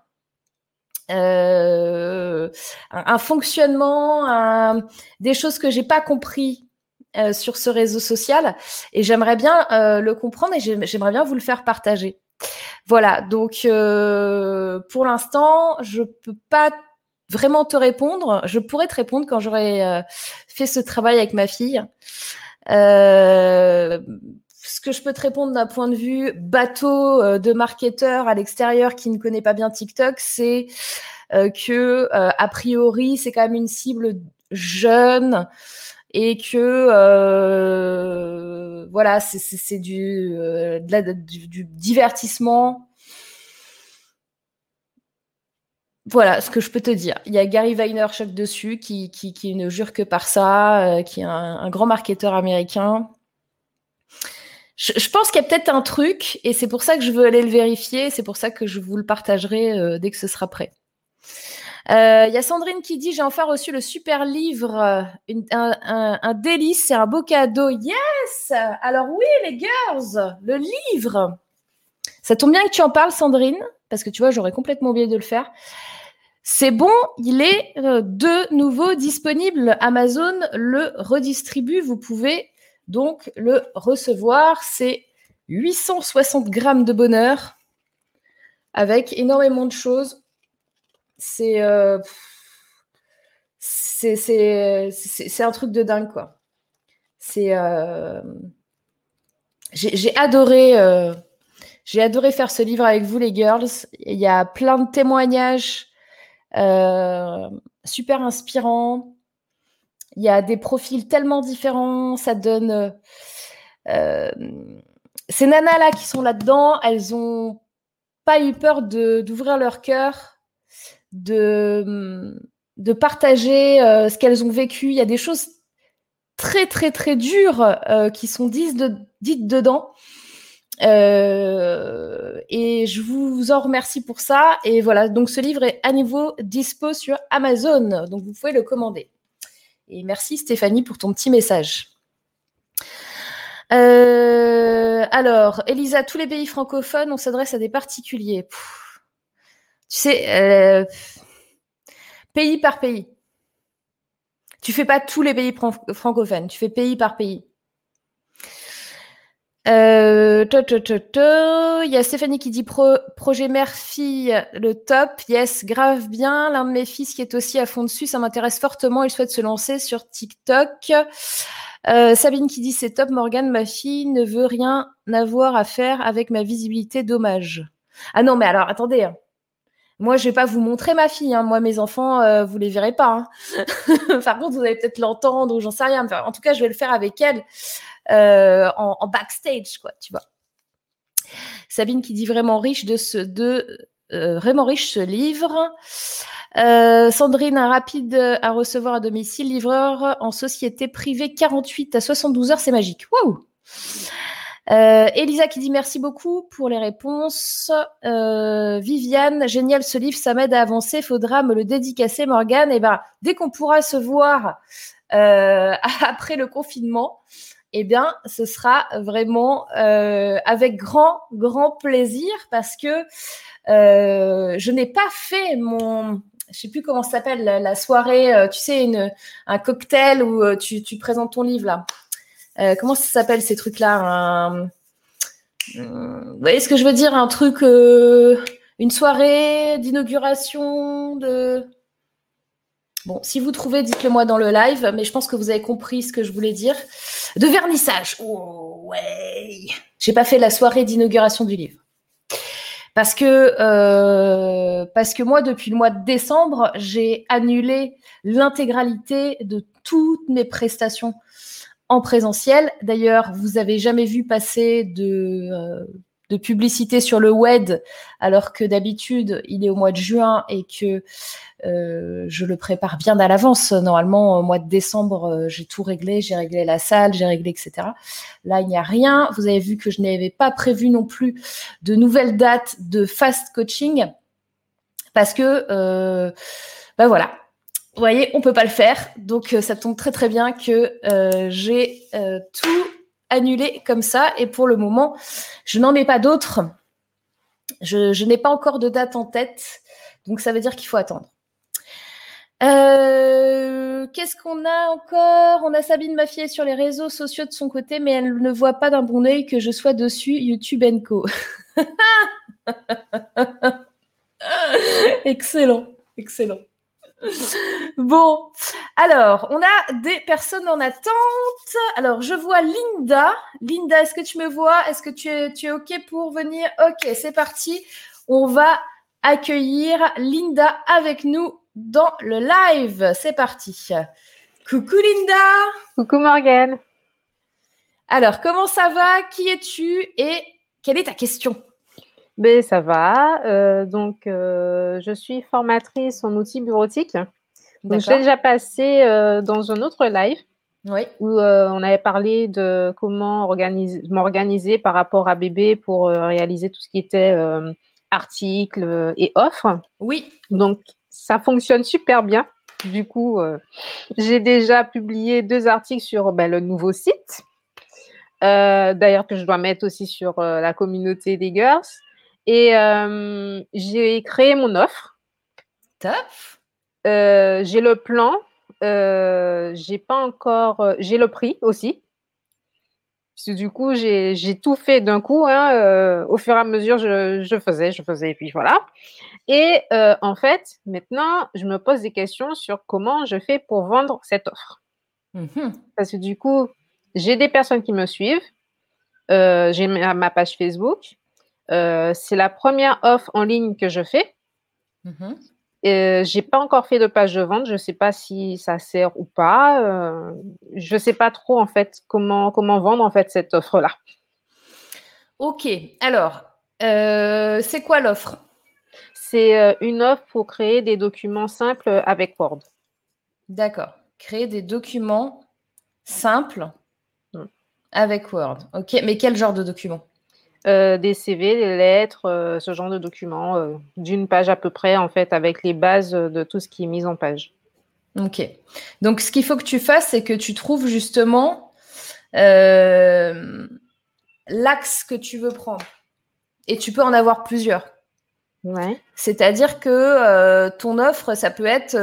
un fonctionnement, des choses que j'ai pas compris sur ce réseau social. Et j'aimerais bien le comprendre et j'aimerais bien vous le faire partager. Voilà, donc pour l'instant, je peux pas vraiment te répondre. Je pourrais te répondre quand j'aurai fait ce travail avec ma fille. ce que je peux te répondre d'un point de vue bateau de marketeur à l'extérieur qui ne connaît pas bien TikTok, c'est que a priori, c'est quand même une cible jeune et que voilà, c'est du divertissement. Voilà ce que je peux te dire. Il y a Gary Vaynerchuk dessus qui ne jure que par ça, qui est un grand marketeur américain. Je pense qu'il y a peut-être un truc, et c'est pour ça que je veux aller le vérifier, c'est pour ça que je vous le partagerai dès que ce sera prêt. Il y a Sandrine qui dit « J'ai enfin reçu le super livre, un délice, c'est un beau cadeau. » Yes! Alors oui, les girls, le livre. Ça tombe bien que tu en parles, Sandrine, parce que tu vois, j'aurais complètement oublié de le faire. C'est bon, il est de nouveau disponible. Amazon le redistribue. Vous pouvez donc le recevoir. C'est 860 grammes de bonheur avec énormément de choses. C'est un truc de dingue, quoi. J'ai adoré faire ce livre avec vous, les girls. Il y a plein de témoignages super inspirants. Il y a des profils tellement différents. Ça donne... ces nanas-là qui sont là-dedans, elles ont pas eu peur d'ouvrir leur cœur, de partager ce qu'elles ont vécu. Il y a des choses très, très, très dures qui sont dites dedans. Et je vous en remercie pour ça. Et voilà, donc ce livre est à nouveau dispo sur Amazon. Donc vous pouvez le commander. Et merci Stéphanie pour ton petit message. Alors, Elisa, tous les pays francophones, on s'adresse à des particuliers. Tu sais, pays par pays. Tu fais pas tous les pays francophones, tu fais pays par pays. Il y a Stéphanie qui dit projet mère-fille, le top. Yes, grave bien. L'un de mes fils qui est aussi à fond dessus, ça m'intéresse fortement. Il souhaite se lancer sur TikTok. Sabine qui dit c'est top, Morgane, ma fille ne veut rien avoir à faire avec ma visibilité, dommage. Ah non, mais alors attendez. Moi, je vais pas vous montrer ma fille. Moi, mes enfants, vous les verrez pas. Par contre, vous allez peut-être l'entendre ou j'en sais rien. Enfin, en tout cas, je vais le faire avec elle. En backstage, quoi, tu vois. Sabine qui dit vraiment riche vraiment riche ce livre. Sandrine, un rapide à recevoir à domicile, livreur en société privée 48 à 72 heures, c'est magique. Waouh! Elisa qui dit merci beaucoup pour les réponses. Viviane, génial ce livre, ça m'aide à avancer. Faudra me le dédicacer, Morgane. Et ben, dès qu'on pourra se voir après le confinement, eh bien, ce sera vraiment avec grand plaisir parce que je n'ai pas fait je sais plus comment ça s'appelle, la soirée, tu sais, un cocktail où tu présentes ton livre là. Comment ça s'appelle ces trucs-là vous voyez ce que je veux dire? Un truc, une soirée d'inauguration de... Bon, si vous trouvez, dites-le moi dans le live, mais je pense que vous avez compris ce que je voulais dire. De vernissage. Oh, ouais. J'ai pas fait la soirée d'inauguration du livre. Parce que moi, depuis le mois de décembre, j'ai annulé l'intégralité de toutes mes prestations en présentiel. D'ailleurs, vous avez jamais vu passer de publicité sur le web, alors que d'habitude, il est au mois de juin et que je le prépare bien à l'avance. Normalement, au mois de décembre, j'ai tout réglé. J'ai réglé la salle, j'ai réglé, etc. Là, il n'y a rien. Vous avez vu que je n'avais pas prévu non plus de nouvelles dates de fast coaching parce que, voilà. Vous voyez, on peut pas le faire. Donc, ça tombe très, très bien que j'ai tout annulé comme ça. Et pour le moment, je n'en ai pas d'autres. Je n'ai pas encore de date en tête. Donc, ça veut dire qu'il faut attendre. Qu'est-ce qu'on a encore? On a Sabine, ma fille, est sur les réseaux sociaux de son côté, mais elle ne voit pas d'un bon œil que je sois dessus, YouTube & Co. Excellent, excellent. Bon, Alors, on a des personnes en attente. Alors, je vois Linda. Linda, est-ce que tu me vois? Est-ce que tu es OK pour venir? OK, c'est parti. On va accueillir Linda avec nous dans le live. C'est parti. Coucou Linda. Coucou Morgane. Alors, comment ça va? Qui es-tu et quelle est ta question? Ben, ça va. Je suis formatrice en outils bureautiques. Donc, j'ai déjà passé dans un autre live où on avait parlé de comment m'organiser par rapport à bébé pour réaliser tout ce qui était articles et offres. Oui. Donc, ça fonctionne super bien. Du coup, j'ai déjà publié 2 articles sur le nouveau site. D'ailleurs, que je dois mettre aussi sur la communauté des girls. Et j'ai créé mon offre. Top. J'ai le plan. J'ai pas encore. J'ai le prix aussi. Parce que du coup, j'ai tout fait d'un coup. Au fur et à mesure, je faisais, et puis voilà. Et en fait, maintenant, je me pose des questions sur comment je fais pour vendre cette offre. Parce que du coup, j'ai des personnes qui me suivent. J'ai ma page Facebook. C'est la première offre en ligne que je fais. J'ai pas encore fait de page de vente. Je sais pas si ça sert ou pas. Je sais pas trop en fait comment vendre en fait cette offre-là. Ok. Alors, c'est quoi l'offre? C'est une offre pour créer des documents simples avec Word. D'accord. Créer des documents simples avec Word. Ok. Mais quel genre de documents? Des CV, des lettres, ce genre de documents, d'une page à peu près, en fait, avec les bases de tout ce qui est mis en page. Ok. Donc, ce qu'il faut que tu fasses, c'est que tu trouves justement l'axe que tu veux prendre. Et tu peux en avoir plusieurs. Ouais. C'est-à-dire que ton offre, ça peut être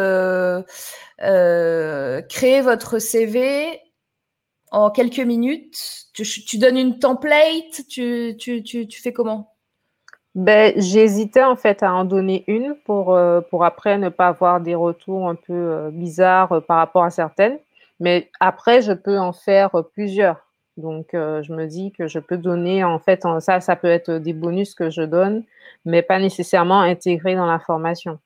créer votre CV en quelques minutes. Tu donnes une template, tu fais comment? J'hésitais en fait à en donner une pour après ne pas avoir des retours un peu bizarres par rapport à certaines. Mais après, je peux en faire plusieurs. Donc, je me dis que je peux donner, en fait, ça peut être des bonus que je donne, mais pas nécessairement intégrés dans la formation.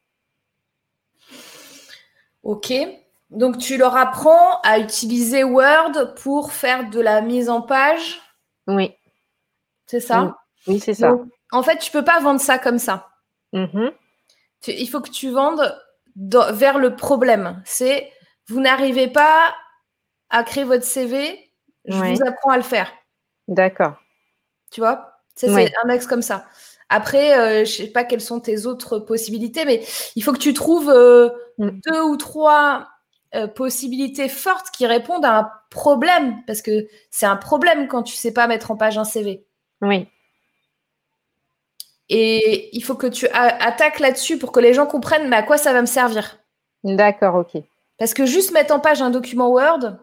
Ok. Donc, tu leur apprends à utiliser Word pour faire de la mise en page. Oui. C'est ça? Oui, c'est ça. Donc, en fait, tu peux pas vendre ça comme ça. Il faut que tu vendes vers le problème. C'est, vous n'arrivez pas à créer votre CV, je vous apprends à le faire. D'accord. Tu vois? C'est un axe comme ça. Après, je sais pas quelles sont tes autres possibilités, mais il faut que tu trouves 2 ou 3 possibilités fortes qui répondent à un problème, parce que c'est un problème quand tu sais pas mettre en page un CV. Oui. Et il faut que tu attaques là-dessus pour que les gens comprennent mais à quoi ça va me servir. D'accord, ok. Parce que juste mettre en page un document Word,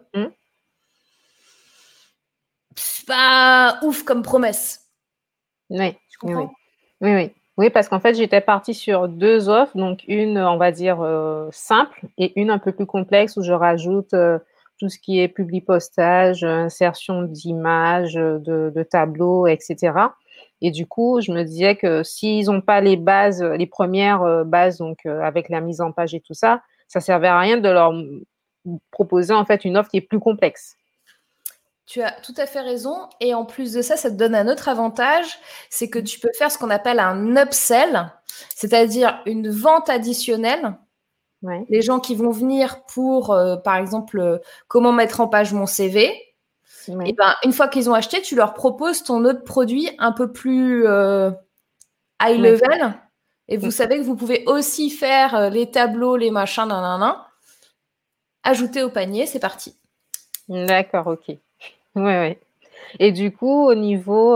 c'est pas ouf comme promesse. Oui. Tu comprends? Oui, parce qu'en fait, j'étais partie sur 2 offres, donc une, on va dire, simple et une un peu plus complexe où je rajoute tout ce qui est publipostage, insertion d'images, de tableaux, etc. Et du coup, je me disais que s'ils n'ont pas les bases, les premières bases, donc avec la mise en page et tout ça, ça servait à rien de leur proposer en fait une offre qui est plus complexe. Tu as tout à fait raison. Et en plus de ça, ça te donne un autre avantage, c'est que tu peux faire ce qu'on appelle un upsell, c'est-à-dire une vente additionnelle. Ouais. Les gens qui vont venir pour, par exemple, comment mettre en page mon CV. Et ben, une fois qu'ils ont acheté, tu leur proposes ton autre produit un peu plus high level. Et vous savez que vous pouvez aussi faire les tableaux, les machins, nanana. Ajouter au panier, c'est parti. D'accord, ok. Oui. Et du coup, au niveau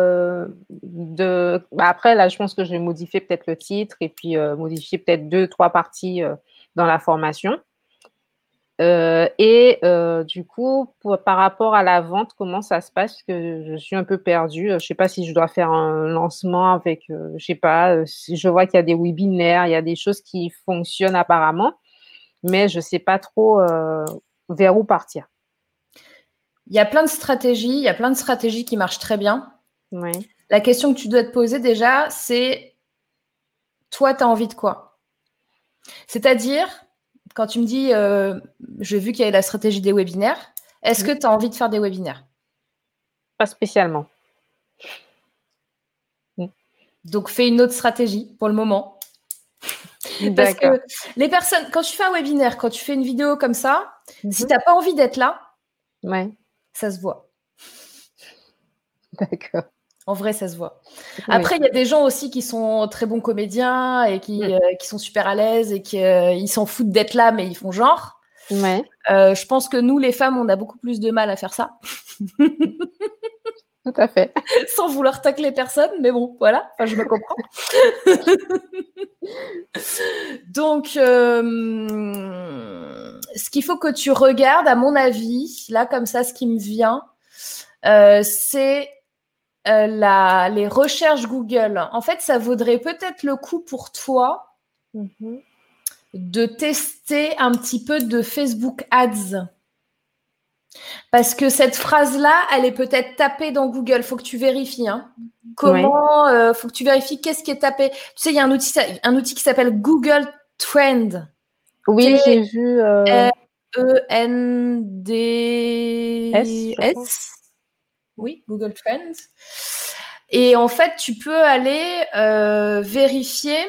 après, là, je pense que je vais modifier peut-être le titre et puis modifier peut-être 2, 3 parties dans la formation. Du coup, par rapport à la vente, comment ça se passe? Parce que je suis un peu perdue. Je ne sais pas si je dois faire un lancement avec, je sais pas, si je vois qu'il y a des webinaires, il y a des choses qui fonctionnent apparemment. mais je ne sais pas trop vers où partir. Il y a plein de stratégies. Il y a plein de stratégies qui marchent très bien. Ouais. La question que tu dois te poser déjà, c'est toi, tu as envie de quoi? C'est-à-dire, quand tu me dis, j'ai vu qu'il y avait la stratégie des webinaires, est-ce que tu as envie de faire des webinaires? Pas spécialement. Donc, fais une autre stratégie pour le moment. Parce que les personnes, quand tu fais un webinaire, quand tu fais une vidéo comme ça, si tu n'as pas envie d'être là, ça se voit. D'accord. En vrai, ça se voit. Après, il y a des gens aussi qui sont très bons comédiens et qui sont super à l'aise et qui ils s'en foutent d'être là, mais ils font genre. Je pense que nous, les femmes, on a beaucoup plus de mal à faire ça. Tout à fait. Sans vouloir tacler personne, mais bon, voilà. Enfin, je me comprends. Donc, ce qu'il faut que tu regardes, à mon avis, là, comme ça, ce qui me vient, c'est les recherches Google. En fait, ça vaudrait peut-être le coup pour toi de tester un petit peu de Facebook Ads. Parce que cette phrase-là, elle est peut-être tapée dans Google. Faut que tu vérifies. Hein. Comment faut que tu vérifies qu'est-ce qui est tapé. Tu sais, il y a un outil qui s'appelle Google Trend. Oui, j'ai vu. Trends. Oui, Google Trends. Et en fait, tu peux aller vérifier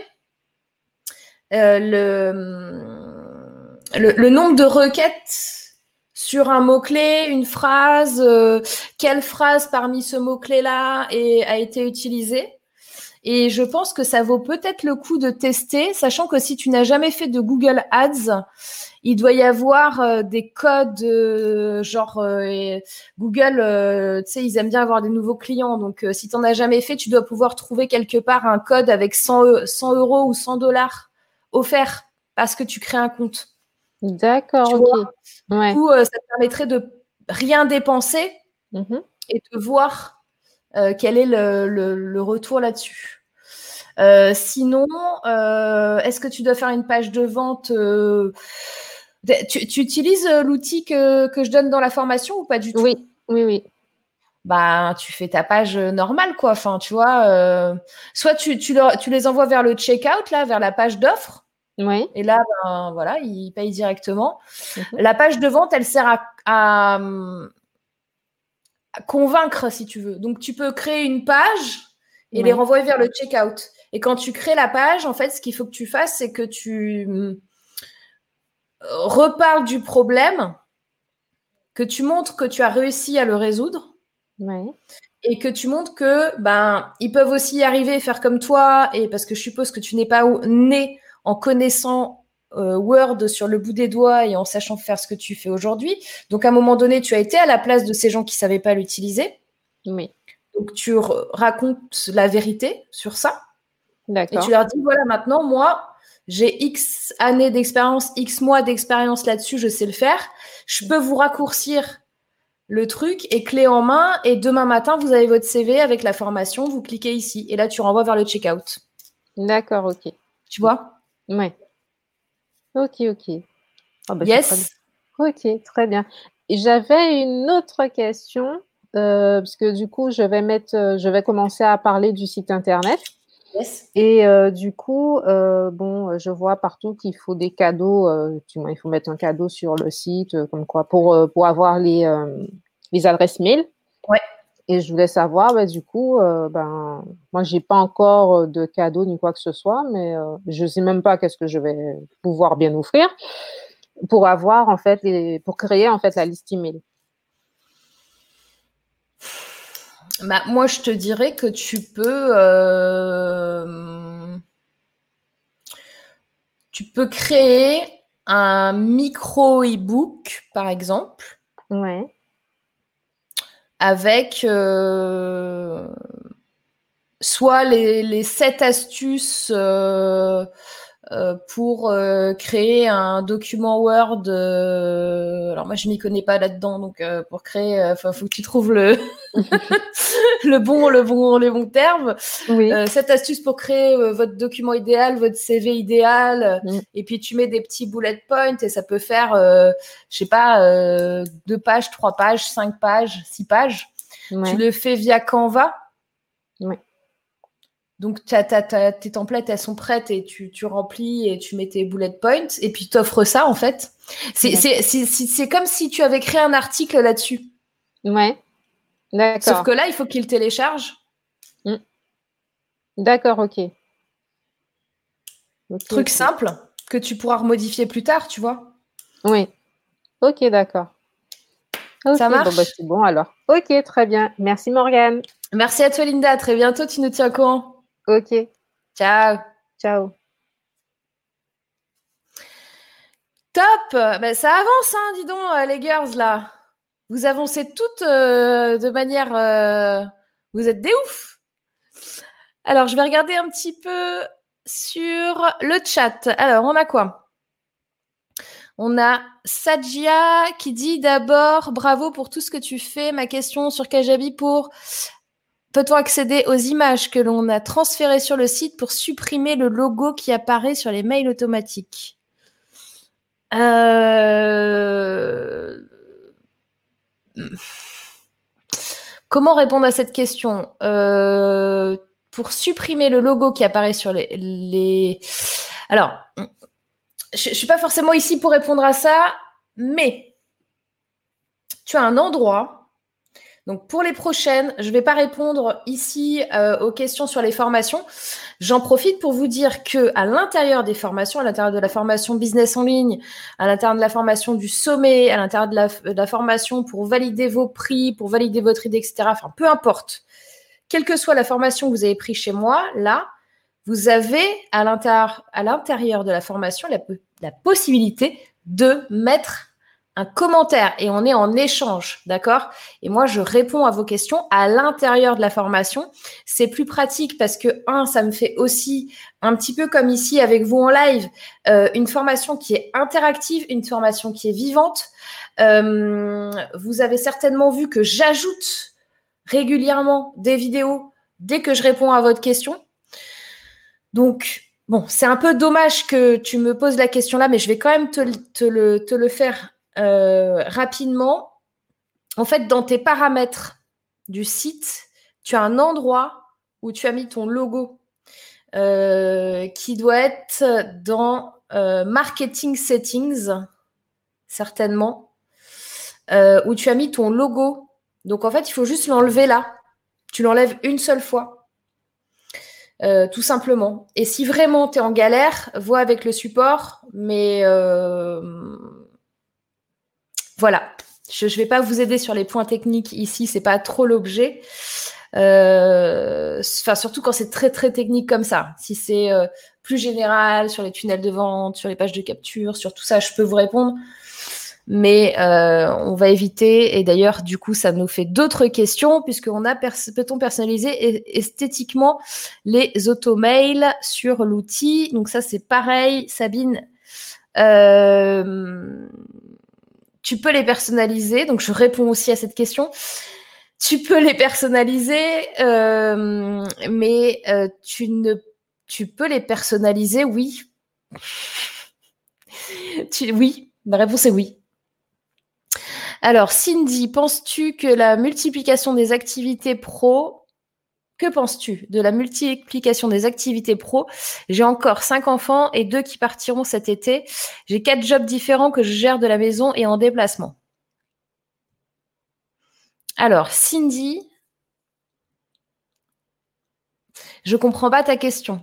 le nombre de requêtes sur un mot-clé, une phrase, quelle phrase parmi ce mot-clé-là a été utilisée. Et je pense que ça vaut peut-être le coup de tester, sachant que si tu n'as jamais fait de Google Ads, il doit y avoir des codes, Google, tu sais, ils aiment bien avoir des nouveaux clients. Donc, si tu n'en as jamais fait, tu dois pouvoir trouver quelque part un code avec 100 € ou $100 offerts parce que tu crées un compte. D'accord, ok. Du coup, ça te permettrait de rien dépenser et de voir quel est le retour là-dessus. Sinon, est-ce que tu dois faire une page de vente tu utilises l'outil que je donne dans la formation ou pas du tout? Oui. Bah, tu fais ta page normale, quoi. Enfin, tu vois, soit tu les envoies vers le checkout, là, vers la page d'offre. Et là, ben, voilà, ils payent directement. La page de vente, elle sert à convaincre, si tu veux. Donc, tu peux créer une page et les renvoyer vers le checkout. Et quand tu crées la page, en fait, ce qu'il faut que tu fasses, c'est que tu reparles du problème, que tu montres que tu as réussi à le résoudre. Et que tu montres que ils peuvent aussi y arriver et faire comme toi, et parce que je suppose que tu n'es pas né en connaissant Word sur le bout des doigts et en sachant faire ce que tu fais aujourd'hui. Donc, à un moment donné, tu as été à la place de ces gens qui ne savaient pas l'utiliser. Donc, tu racontes la vérité sur ça. Et tu leur dis, voilà, maintenant, moi, j'ai X années d'expérience, X mois d'expérience là-dessus, je sais le faire. Je peux vous raccourcir le truc est clé en main et demain matin, vous avez votre CV avec la formation, vous cliquez ici et là, tu renvoies vers le checkout. D'accord, ok. Tu vois? Ouais. Ok. Oh, bah, yes. Ok, très bien. J'avais une autre question parce que du coup, je vais commencer à parler du site internet. Yes. Et du coup, je vois partout qu'il faut des cadeaux. Il faut mettre un cadeau sur le site, comme quoi, pour avoir les adresses mail. Ouais. Et je voulais savoir, du coup, moi, j'ai pas encore de cadeau ni quoi que ce soit, mais je sais même pas qu'est-ce que je vais pouvoir bien offrir pour avoir, en fait, pour créer, en fait, la liste email. Bah, moi, je te dirais que tu peux créer un micro e-book, par exemple. Ouais. Avec soit les 7 astuces pour créer un document Word. Alors moi, je m'y connais pas là-dedans, donc pour créer, faut que tu trouves le les bons termes. Oui. Cette astuce pour créer votre document idéal, votre CV idéal, et puis tu mets des petits bullet points et ça peut faire, je sais pas, 2 pages, 3 pages, 5 pages, 6 pages. Ouais. Tu le fais via Canva. Ouais. Donc, tes templates, elles sont prêtes et tu remplis et tu mets tes bullet points et puis tu offres ça, en fait. C'est comme si tu avais créé un article là-dessus. Ouais, d'accord. Sauf que là, il faut qu'il télécharge. D'accord, ok. Truc simple que tu pourras remodifier plus tard, tu vois. Oui. Ok, d'accord. Okay, ça marche. Bon, bah, c'est bon alors. Ok, très bien. Merci Morgane. Merci à toi Linda. À très bientôt. Tu nous tiens au courant. Ok. Ciao. Ciao. Top. Ben, ça avance, hein, dis donc, les girls là. Vous avancez toutes de manière. Vous êtes des oufs. Alors, je vais regarder un petit peu sur le chat. Alors, on a quoi? On a Sajia qui dit d'abord bravo pour tout ce que tu fais. Ma question sur Kajabi peut-on accéder aux images que l'on a transférées sur le site pour supprimer le logo qui apparaît sur les mails automatiques? Comment répondre à cette question? Pour supprimer le logo qui apparaît sur les... Alors, je ne suis pas forcément ici pour répondre à ça, mais tu as un endroit. Donc, pour les prochaines, je ne vais pas répondre ici aux questions sur les formations. J'en profite pour vous dire qu'à l'intérieur des formations, à l'intérieur de la formation business en ligne, à l'intérieur de la formation du sommet, à l'intérieur de la formation pour valider vos prix, pour valider votre idée, etc., enfin, peu importe, quelle que soit la formation que vous avez prise chez moi, là, vous avez à l'intérieur de la formation la possibilité de mettre un commentaire et on est en échange, d'accord? Et moi, je réponds à vos questions à l'intérieur de la formation. C'est plus pratique parce que, ça me fait aussi un petit peu comme ici avec vous en live, une formation qui est interactive, une formation qui est vivante. Vous avez certainement vu que j'ajoute régulièrement des vidéos dès que je réponds à votre question. Donc, bon, c'est un peu dommage que tu me poses la question là, mais je vais quand même te le faire rapidement. En fait, dans tes paramètres du site, tu as un endroit où tu as mis ton logo qui doit être dans Marketing Settings, certainement, où tu as mis ton logo. Donc, en fait, il faut juste l'enlever là. Tu l'enlèves une seule fois. Tout simplement. Et si vraiment tu es en galère, vois avec le support, mais voilà. Je ne vais pas vous aider sur les points techniques ici, c'est pas trop l'objet. Surtout quand c'est très très technique comme ça. Si c'est plus général sur les tunnels de vente, sur les pages de capture, sur tout ça, je peux vous répondre. Mais on va éviter, et d'ailleurs, du coup, ça nous fait d'autres questions, puisqu'on a peut-on personnaliser esthétiquement les automails sur l'outil? Donc ça, c'est pareil, Sabine. Tu peux les personnaliser, donc je réponds aussi à cette question. Tu peux les personnaliser, mais tu peux les personnaliser, oui. Oui, ma réponse est oui. Alors, Cindy, penses-tu que la multiplication des activités pro, que penses-tu de la multiplication des activités pro? J'ai encore 5 enfants et 2 qui partiront cet été. J'ai 4 jobs différents que je gère de la maison et en déplacement. Alors, Cindy, je comprends pas ta question.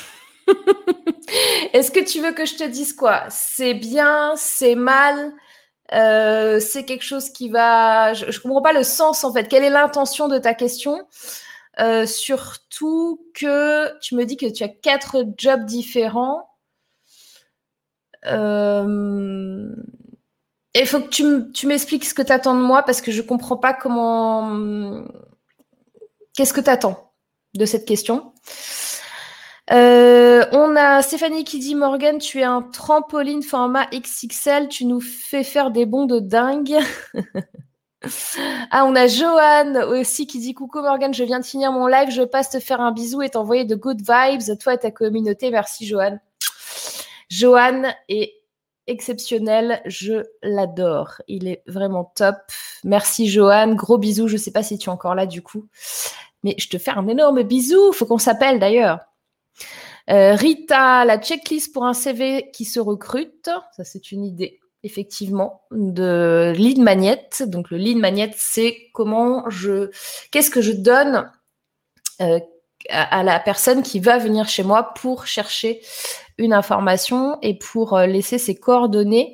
Est-ce que tu veux que je te dise quoi? C'est bien, c'est mal? C'est quelque chose qui va... Je ne comprends pas le sens, en fait. Quelle est l'intention de ta question? Surtout que tu me dis que tu as 4 jobs différents. Il faut que tu m'expliques ce que tu attends de moi parce que je ne comprends pas comment... Qu'est-ce que tu attends de cette question? On On a Stéphanie qui dit Morgane, tu es un trampoline format XXL, tu nous fais faire des bonds de dingue. Ah, on a Joanne aussi qui dit coucou Morgane, je viens de finir mon live, je passe te faire un bisou et t'envoyer de good vibes, toi et ta communauté. Merci Joanne. Joanne est exceptionnel, je l'adore. Il est vraiment top. Merci Joanne, gros bisous. Je ne sais pas si tu es encore là du coup, mais je te fais un énorme bisou. Faut qu'on s'appelle d'ailleurs. Rita, la checklist pour un CV qui se recrute. Ça, c'est une idée, effectivement, de lead magnet. Donc, le lead magnet, c'est qu'est-ce que je donne à la personne qui va venir chez moi pour chercher une information et pour laisser ses coordonnées.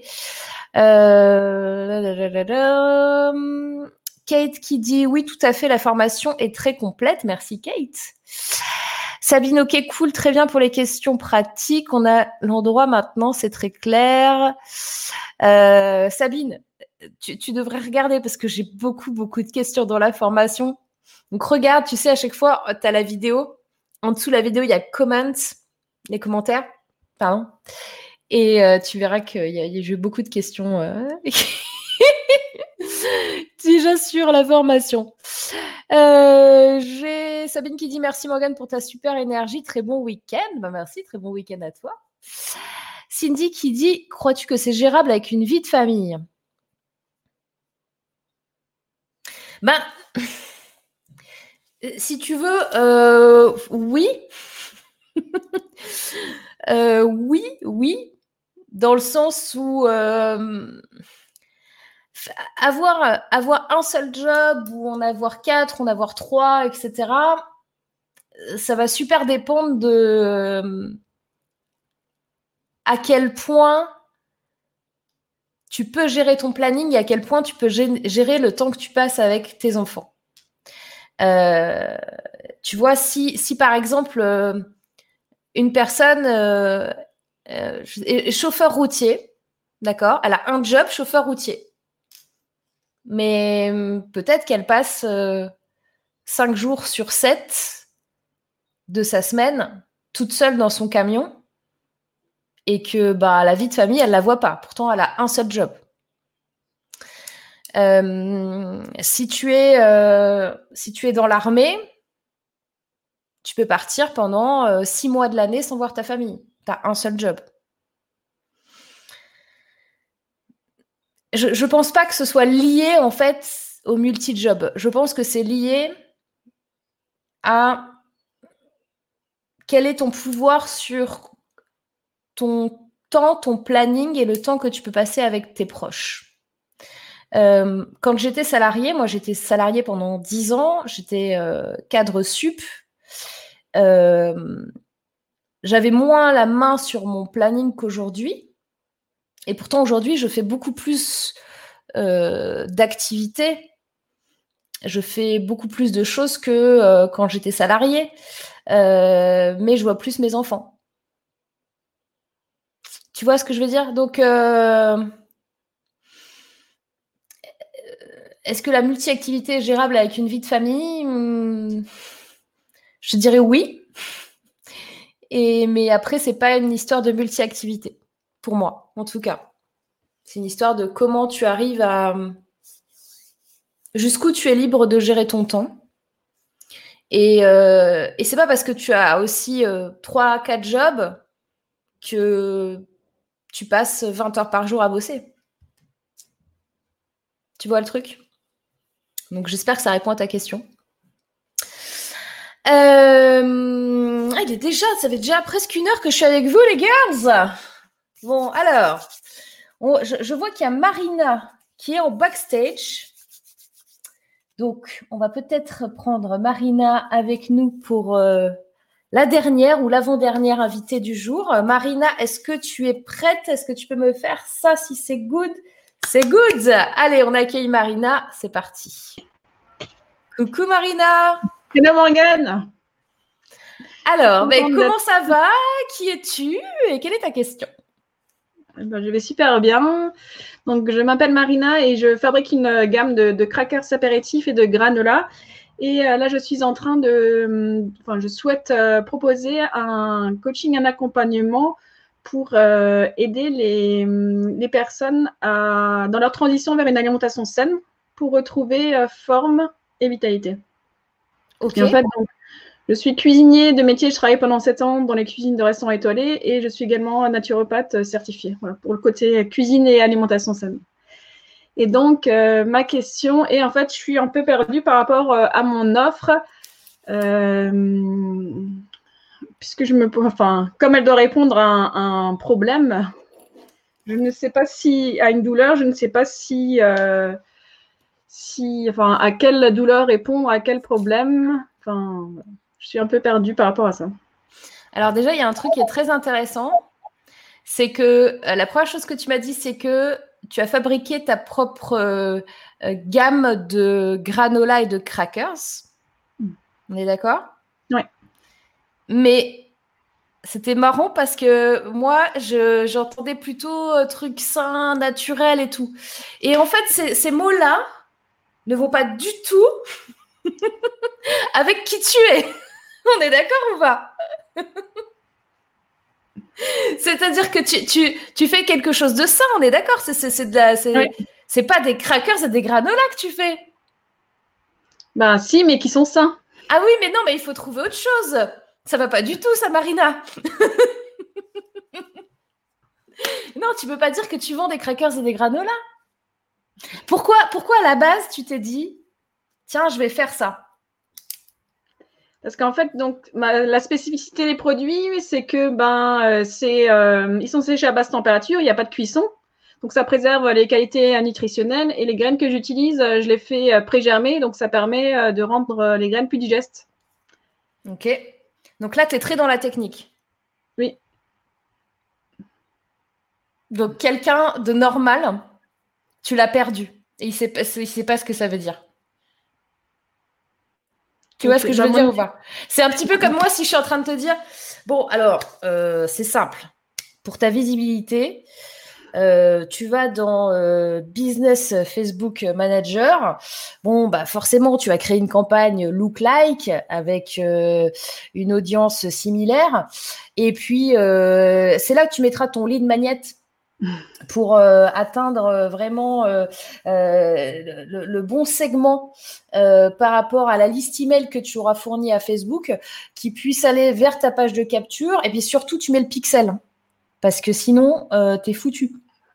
Kate qui dit oui, tout à fait, la formation est très complète. Merci Kate. Sabine, ok, cool, très bien pour les questions pratiques. On a l'endroit maintenant, c'est très clair. Sabine, tu devrais regarder parce que j'ai beaucoup de questions dans la formation. Donc regarde, tu sais, à chaque fois, tu as la vidéo. En dessous de la vidéo, il y a comments, les commentaires. Pardon. Et tu verras qu'il y a eu beaucoup de questions déjà sur la formation. J'ai Sabine qui dit merci Morgane pour ta super énergie, très bon week-end. Bah, merci, très bon week-end à toi. Cindy qui dit crois-tu que c'est gérable avec une vie de famille? Ben, si tu veux, oui. Oui, dans le sens où avoir un seul job ou en avoir 4, en avoir 3, etc., ça va super dépendre de à quel point tu peux gérer ton planning et à quel point tu peux gérer le temps que tu passes avec tes enfants. Tu vois, si par exemple, une personne est chauffeur routier, d'accord, elle a un job chauffeur routier. Mais peut-être qu'elle passe 5 jours sur 7 de sa semaine toute seule dans son camion et que la vie de famille, elle ne la voit pas. Pourtant, elle a un seul job. Si tu es dans l'armée, tu peux partir pendant 6 mois de l'année sans voir ta famille. Tu as un seul job. Je ne pense pas que ce soit lié, en fait, au multi-job. Je pense que c'est lié à quel est ton pouvoir sur ton temps, ton planning et le temps que tu peux passer avec tes proches. Quand j'étais salariée, moi j'étais salariée pendant 10 ans, j'étais cadre sup. J'avais moins la main sur mon planning qu'aujourd'hui. Et pourtant, aujourd'hui, je fais beaucoup plus d'activités. Je fais beaucoup plus de choses que quand j'étais salariée. Mais je vois plus mes enfants. Tu vois ce que je veux dire? Donc, est-ce que la multi-activité est gérable avec une vie de famille? Je dirais oui. Mais après, c'est pas une histoire de multi-activité. Pour moi, en tout cas. C'est une histoire de comment tu arrives à... jusqu'où tu es libre de gérer ton temps. Et c'est pas parce que tu as aussi 3-4 jobs que tu passes 20 heures par jour à bosser. Tu vois le truc? Donc, j'espère que ça répond à ta question. Ça fait déjà presque 1 heure que je suis avec vous, les girls. Bon, alors, je vois qu'il y a Marina qui est en backstage. Donc, on va peut-être prendre Marina avec nous pour la dernière ou l'avant-dernière invitée du jour. Marina, est-ce que tu es prête? Est-ce que tu peux me faire ça? Si c'est good, c'est good. Allez, on accueille Marina. C'est parti. Coucou Marina. Hello Morgane. Alors, comment ça va? Qui es-tu? Et quelle est ta question? Je vais super bien. Donc, je m'appelle Marina et je fabrique une gamme de crackers apéritifs et de granola. Et là, je suis en train je souhaite proposer un coaching, un accompagnement pour aider les personnes dans leur transition vers une alimentation saine pour retrouver forme et vitalité. Ok. Et en fait, donc, je suis cuisinier de métier, je travaille pendant 7 ans dans les cuisines de restaurants étoilés et je suis également naturopathe certifiée, voilà, pour le côté cuisine et alimentation saine. Et donc, ma question est, en fait, je suis un peu perdue par rapport à mon offre, puisque comme elle doit répondre à un problème, je ne sais pas à une douleur, je ne sais pas à quelle douleur répondre, à quel problème. Enfin, je suis un peu perdue par rapport à ça. Alors déjà, il y a un truc qui est très intéressant. C'est que la première chose que tu m'as dit, c'est que tu as fabriqué ta propre gamme de granola et de crackers. On est d'accord? Oui. Mais c'était marrant parce que moi, j'entendais plutôt trucs sains, naturels et tout. Et en fait, ces mots-là ne vont pas du tout avec qui tu es. On est d'accord ou pas? C'est-à-dire que tu fais quelque chose de sain, on est d'accord? C'est pas des crackers, c'est des granolas que tu fais. Ben si, mais qui sont sains. Ah oui, mais non, mais il faut trouver autre chose. Ça va pas du tout, ça, Marina. Non, tu peux pas dire que tu vends des crackers et des granolas. Pourquoi à la base, tu t'es dit, tiens, je vais faire ça? Parce qu'en fait, donc, la spécificité des produits, c'est que ils sont séchés à basse température, il n'y a pas de cuisson. Donc, ça préserve les qualités nutritionnelles. Et les graines que j'utilise, je les fais pré-germer. Donc, ça permet de rendre les graines plus digestes. Ok. Donc là, tu es très dans la technique. Oui. Donc, quelqu'un de normal, tu l'as perdu. Et il sait pas ce que ça veut dire. Tu vois ce que je veux dire ou pas? C'est un petit peu comme moi si je suis en train de te dire, bon, alors, c'est simple. Pour ta visibilité, tu vas dans Business Facebook Manager. Bon, bah forcément, tu vas créer une campagne look-like avec une audience similaire. Et puis, c'est là que tu mettras ton lead magnet pour atteindre vraiment le bon segment par rapport à la liste email que tu auras fournie à Facebook, qui puisse aller vers ta page de capture. Et puis surtout, tu mets le pixel, parce que sinon, t'es foutu.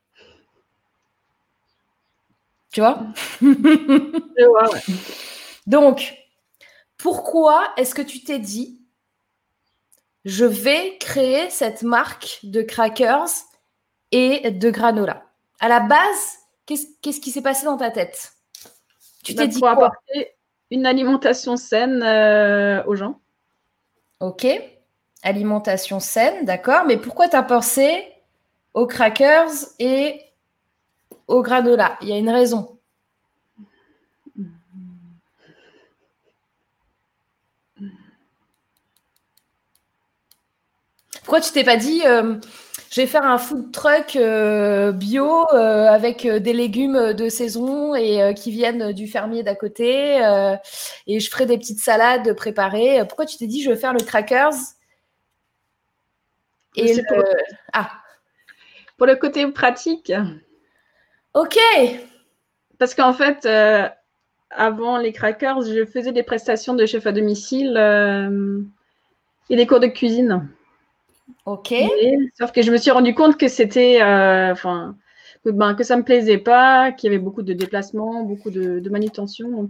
Tu vois? Je vois, ouais. Donc, pourquoi est-ce que tu t'es dit, je vais créer cette marque de crackers et de granola? À la base, qu'est-ce qui s'est passé dans ta tête? Tu t'es dit pour quoi? apporter une alimentation saine aux gens. Ok, alimentation saine, d'accord. Mais pourquoi tu as pensé aux crackers et au granola? Il y a une raison. Pourquoi tu t'es pas dit, je vais faire un food truck bio avec des légumes de saison et qui viennent du fermier d'à côté et je ferai des petites salades préparées. Pourquoi tu t'es dit, je vais faire le crackers et pour le côté pratique. Ok. Parce qu'en fait, avant les crackers, je faisais des prestations de chef à domicile et des cours de cuisine. Ok. Sauf que je me suis rendu compte que c'était, que ça me plaisait pas, qu'il y avait beaucoup de déplacements, beaucoup de manutention.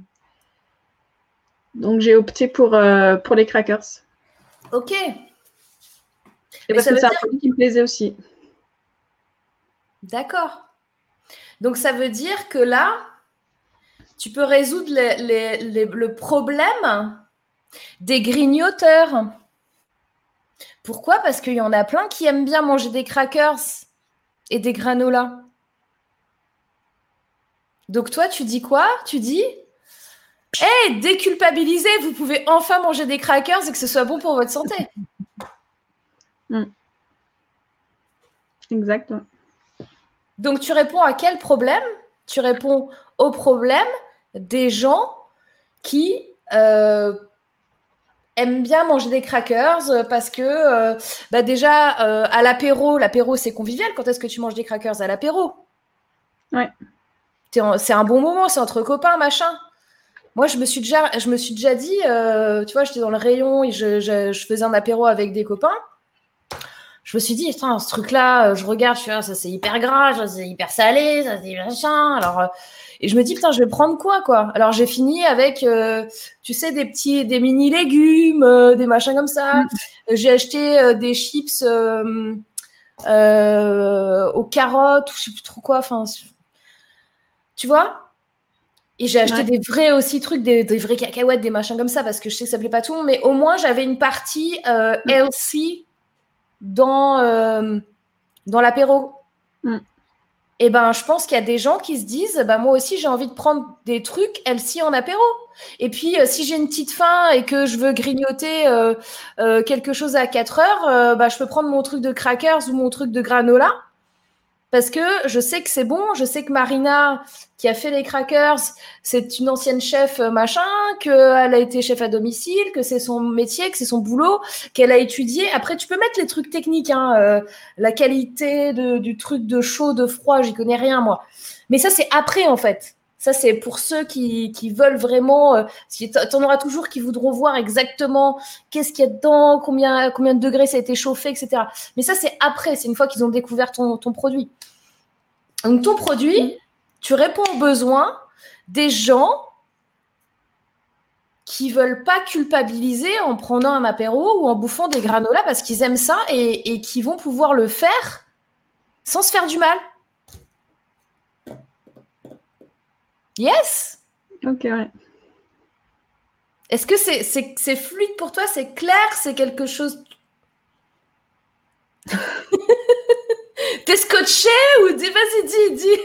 Donc j'ai opté pour les crackers. Ok. Et parce que c'est un produit qui me plaisait aussi. D'accord. Donc ça veut dire que là, tu peux résoudre le problème des grignoteurs. Pourquoi? Parce qu'il y en a plein qui aiment bien manger des crackers et des granolas. Donc toi, tu dis quoi? Tu dis, hey, déculpabilisez, vous pouvez enfin manger des crackers et que ce soit bon pour votre santé. Exactement. Donc tu réponds à quel problème? Tu réponds au problème des gens qui aiment bien manger des crackers parce que déjà à l'apéro c'est convivial. Quand est-ce que tu manges des crackers? À l'apéro. Ouais. C'est un bon moment, c'est entre copains, machin. Moi, je me suis déjà dit, tu vois, j'étais dans le rayon et je faisais un apéro avec des copains. Je me suis dit, ce truc-là, je regarde, je fais, ça c'est hyper gras, ça c'est hyper salé, ça c'est machin. Alors, et je me dis, putain, je vais prendre quoi? Alors, j'ai fini avec, tu sais, des mini légumes, des machins comme ça. J'ai acheté des chips aux carottes, ou je sais plus trop quoi. Enfin, tu vois? Et j'ai acheté des vrais aussi trucs, des vrais cacahuètes, des machins comme ça, parce que je sais que ça plaît pas tout le monde, mais au moins j'avais une partie healthy dans l'apéro. Et ben, je pense qu'il y a des gens qui se disent, moi aussi j'ai envie de prendre des trucs healthy en apéro. Et puis si j'ai une petite faim et que je veux grignoter quelque chose à 4 heures, je peux prendre mon truc de crackers ou mon truc de granola. Parce que je sais que c'est bon, je sais que Marina, qui a fait les crackers, c'est une ancienne chef machin, qu'elle a été chef à domicile, que c'est son métier, que c'est son boulot, qu'elle a étudié. Après, tu peux mettre les trucs techniques, la qualité du truc de chaud, de froid, j'y connais rien, moi. Mais ça, c'est après, en fait. Ça, c'est pour ceux qui veulent vraiment... t'en auras toujours qui voudront voir exactement qu'est-ce qu'il y a dedans, combien de degrés ça a été chauffé, etc. Mais ça, c'est après. C'est une fois qu'ils ont découvert ton produit. Donc, ton produit, tu réponds aux besoins des gens qui veulent pas culpabiliser en prenant un apéro ou en bouffant des granolas parce qu'ils aiment ça et qui vont pouvoir le faire sans se faire du mal. Yes. Ok, ouais. Est-ce que c'est fluide pour toi? C'est clair? C'est quelque chose... T'es scotché ou vas-y, dis.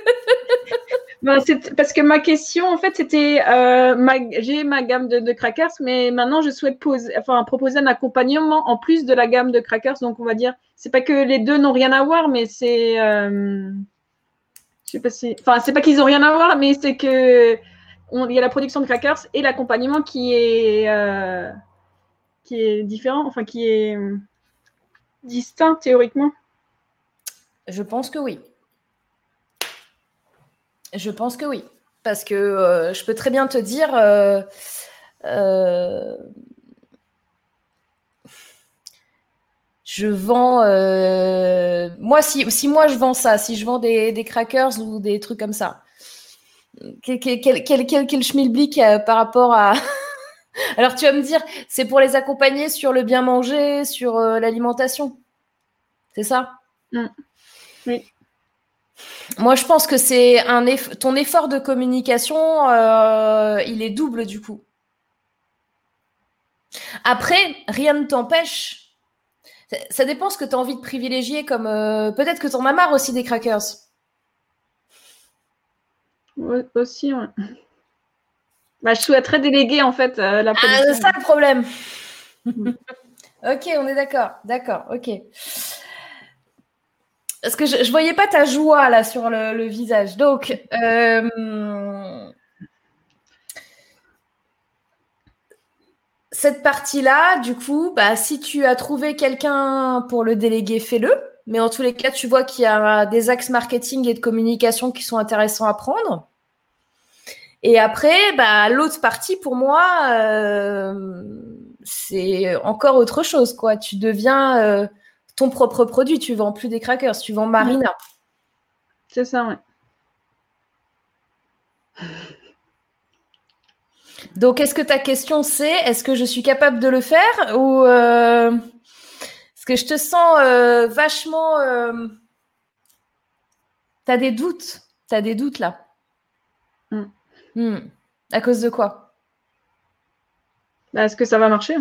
Parce que ma question, en fait, c'était j'ai ma gamme de crackers, mais maintenant je souhaite proposer un accompagnement en plus de la gamme de crackers. Donc, on va dire, c'est pas que les deux n'ont rien à voir, mais c'est, je sais pas si, enfin, c'est pas qu'ils ont rien à voir, mais c'est que il y a la production de crackers et l'accompagnement qui est différent, enfin, qui est distinct théoriquement. Je pense que oui. Parce que je peux très bien te dire, je vends, moi, si moi je vends ça, si je vends des crackers ou des trucs comme ça, quel schmilblick par rapport à... Alors tu vas me dire, c'est pour les accompagner sur le bien manger, sur l'alimentation. C'est ça? Oui. Moi, je pense que c'est ton effort de communication, il est double du coup. Après, rien ne t'empêche. Ça dépend ce que tu as envie de privilégier comme... peut-être que tu en as marre aussi des crackers. Ouais, aussi, ouais. Je souhaiterais déléguer en fait la production. Ah, c'est ça le problème. Ok, on est d'accord. D'accord, ok. Parce que je voyais pas ta joie là sur le visage. Donc, cette partie-là, du coup, si tu as trouvé quelqu'un pour le déléguer, fais-le. Mais en tous les cas, tu vois qu'il y a des axes marketing et de communication qui sont intéressants à prendre. Et après, l'autre partie, pour moi, c'est encore autre chose, quoi. Tu deviens ton propre produit. Tu vends plus des crackers, tu vends Marina. C'est ça, ouais. Donc, est-ce que ta question, c'est est-ce que je suis capable de le faire ou est-ce que je te sens vachement... T'as des doutes? T'as des doutes, là? À cause de quoi? Est-ce que ça va marcher?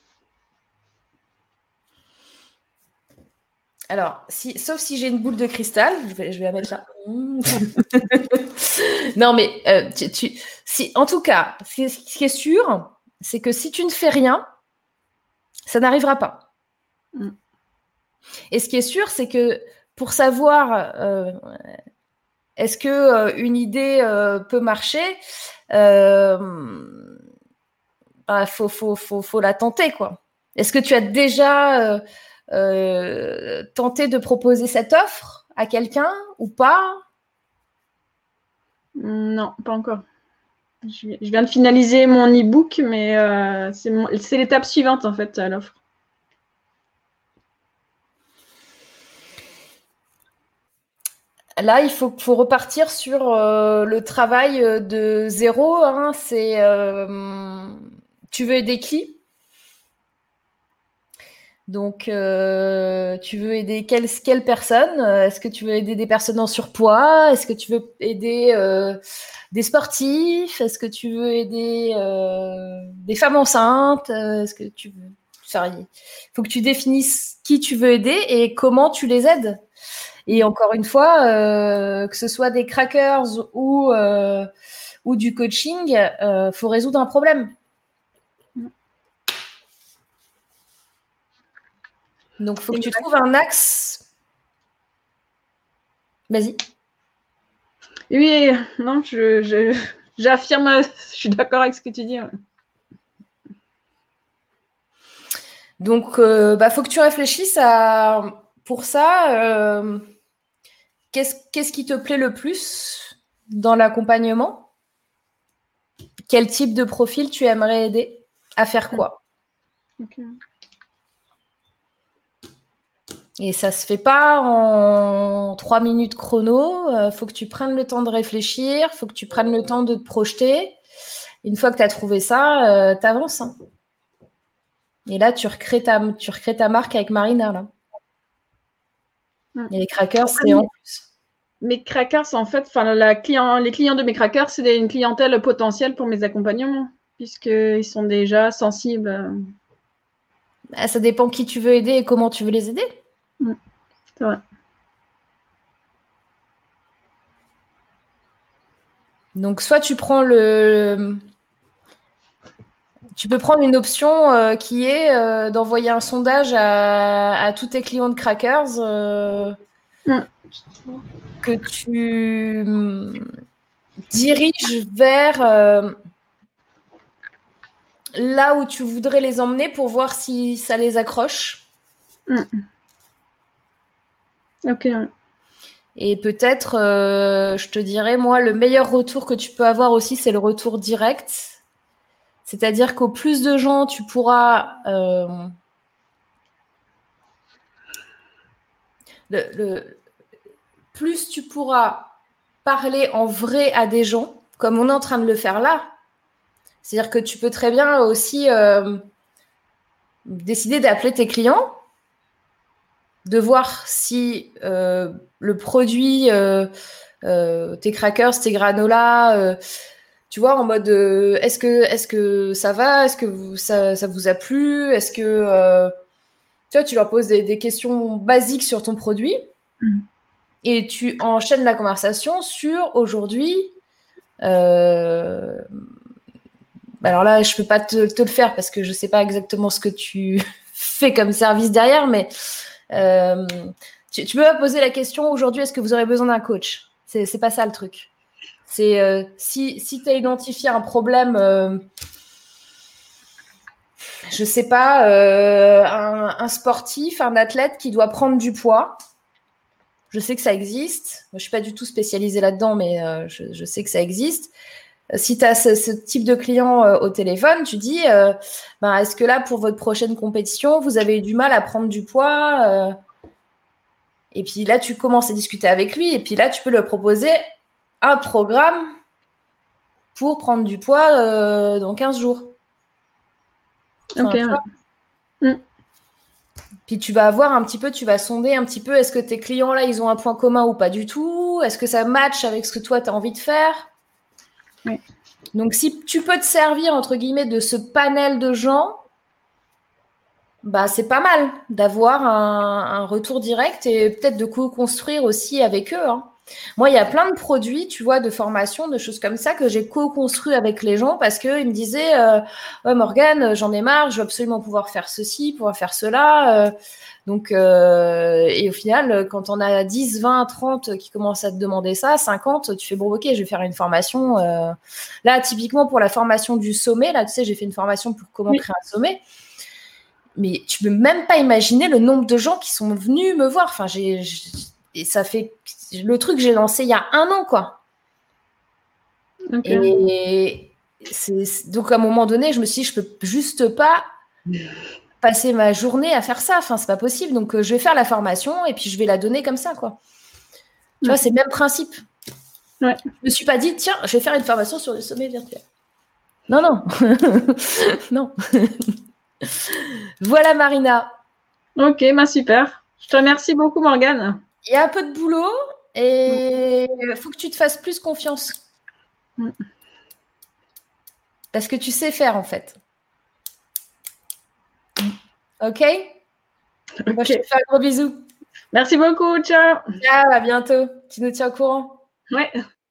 Alors, sauf si j'ai une boule de cristal, je vais la mettre là. Non, mais en tout cas, ce qui est sûr, c'est que si tu ne fais rien, ça n'arrivera pas. Et ce qui est sûr, c'est que pour savoir est-ce que une idée peut marcher, faut la tenter, quoi. Est-ce que tu as déjà tenté de proposer cette offre à quelqu'un ou pas? Non, pas encore. Je viens de finaliser mon e-book, mais c'est l'étape suivante, en fait, l'offre. Là, il faut repartir sur le travail de zéro. Hein. C'est tu veux aider qui? Donc, tu veux aider quelle personne? Est-ce que tu veux aider des personnes en surpoids? Est-ce que tu veux aider des sportifs? Est-ce que tu veux aider des femmes enceintes? Est-ce que tu veux... Il faut que tu définisses qui tu veux aider et comment tu les aides. Et encore une fois, que ce soit des crackers ou du coaching, faut résoudre un problème. Donc, il faut que tu trouves un axe. Vas-y. Oui, non, j'affirme, je suis d'accord avec ce que tu dis. Ouais. Donc, faut que tu réfléchisses pour ça, qu'est-ce qui te plaît le plus dans l'accompagnement? Quel type de profil tu aimerais aider à faire quoi? Okay. Et ça se fait pas en 3 minutes chrono. Faut que tu prennes le temps de réfléchir. Faut que tu prennes le temps de te projeter. Une fois que tu as trouvé ça, tu avances. Hein. Et là, tu recrées ta marque avec Marina. Là. Et les crackers, c'est en plus. Mes crackers, en fait, les clients de mes crackers, c'est une clientèle potentielle pour mes accompagnements, puisqu'ils sont déjà sensibles. Ça dépend qui tu veux aider et comment tu veux les aider. C'est vrai. Donc, soit tu prends tu peux prendre une option qui est d'envoyer un sondage à tous tes clients de crackers que tu diriges vers là où tu voudrais les emmener pour voir si ça les accroche. Ok. Et peut-être, je te dirais, moi, le meilleur retour que tu peux avoir aussi, c'est le retour direct. C'est-à-dire qu'au plus de gens, tu pourras... plus tu pourras parler en vrai à des gens, comme on est en train de le faire là. C'est-à-dire que tu peux très bien aussi décider d'appeler tes clients, de voir si le produit, tes crackers, tes granolas, tu vois, en mode est-ce que ça va? Est-ce que ça vous a plu? Est-ce que tu vois, tu leur poses des questions basiques sur ton produit et tu enchaînes la conversation sur aujourd'hui. Alors là, je peux pas te le faire parce que je sais pas exactement ce que tu fais comme service derrière, mais tu peux me poser la question aujourd'hui, est-ce que vous aurez besoin d'un coach? C'est pas ça le truc. C'est si tu as identifié un problème, je sais pas, un sportif, un athlète qui doit prendre du poids. Je sais que ça existe. Moi, je suis pas du tout spécialisée là-dedans, mais je sais que ça existe. Si tu as ce type de client au téléphone, tu dis est-ce que là, pour votre prochaine compétition, vous avez eu du mal à prendre du poids Et puis là, tu commences à discuter avec lui. Et puis là, tu peux lui proposer un programme pour prendre du poids dans 15 jours. Ok. Puis tu vas voir un petit peu, tu vas sonder un petit peu, est-ce que tes clients là, ils ont un point commun ou pas du tout? Est-ce que ça match avec ce que toi, tu as envie de faire? Oui. Donc, si tu peux te servir, entre guillemets, de ce panel de gens, c'est pas mal d'avoir un retour direct et peut-être de co-construire aussi avec eux. Hein. Moi, il y a plein de produits, tu vois, de formation, de choses comme ça que j'ai co-construit avec les gens parce qu'ils me disaient ouais, Morgane, j'en ai marre, je veux absolument pouvoir faire ceci, pouvoir faire cela. Et au final, quand on a 10, 20, 30 qui commencent à te demander ça, 50, tu fais bon, ok, je vais faire une formation. Là, typiquement pour la formation du sommet, là, tu sais, j'ai fait une formation pour comment créer un sommet. Mais tu peux même pas imaginer le nombre de gens qui sont venus me voir. Enfin, et ça fait le truc que j'ai lancé il y a 1 an, quoi. Et donc à un moment donné, je me suis dit, je peux juste pas passer ma journée à faire ça. Enfin, c'est pas possible. Donc je vais faire la formation et puis je vais la donner comme ça, quoi. Tu vois, c'est le même principe. Ouais. Je me suis pas dit, tiens, je vais faire une formation sur le sommet virtuel. Non, non. Non. Voilà, Marina. Ok, super. Je te remercie beaucoup, Morgane. Il y a un peu de boulot et il faut que tu te fasses plus confiance. Parce que tu sais faire, en fait. Ok. Moi, je te fais un gros bisou. Merci beaucoup. Ciao. Ciao, à bientôt. Tu nous tiens au courant. Ouais.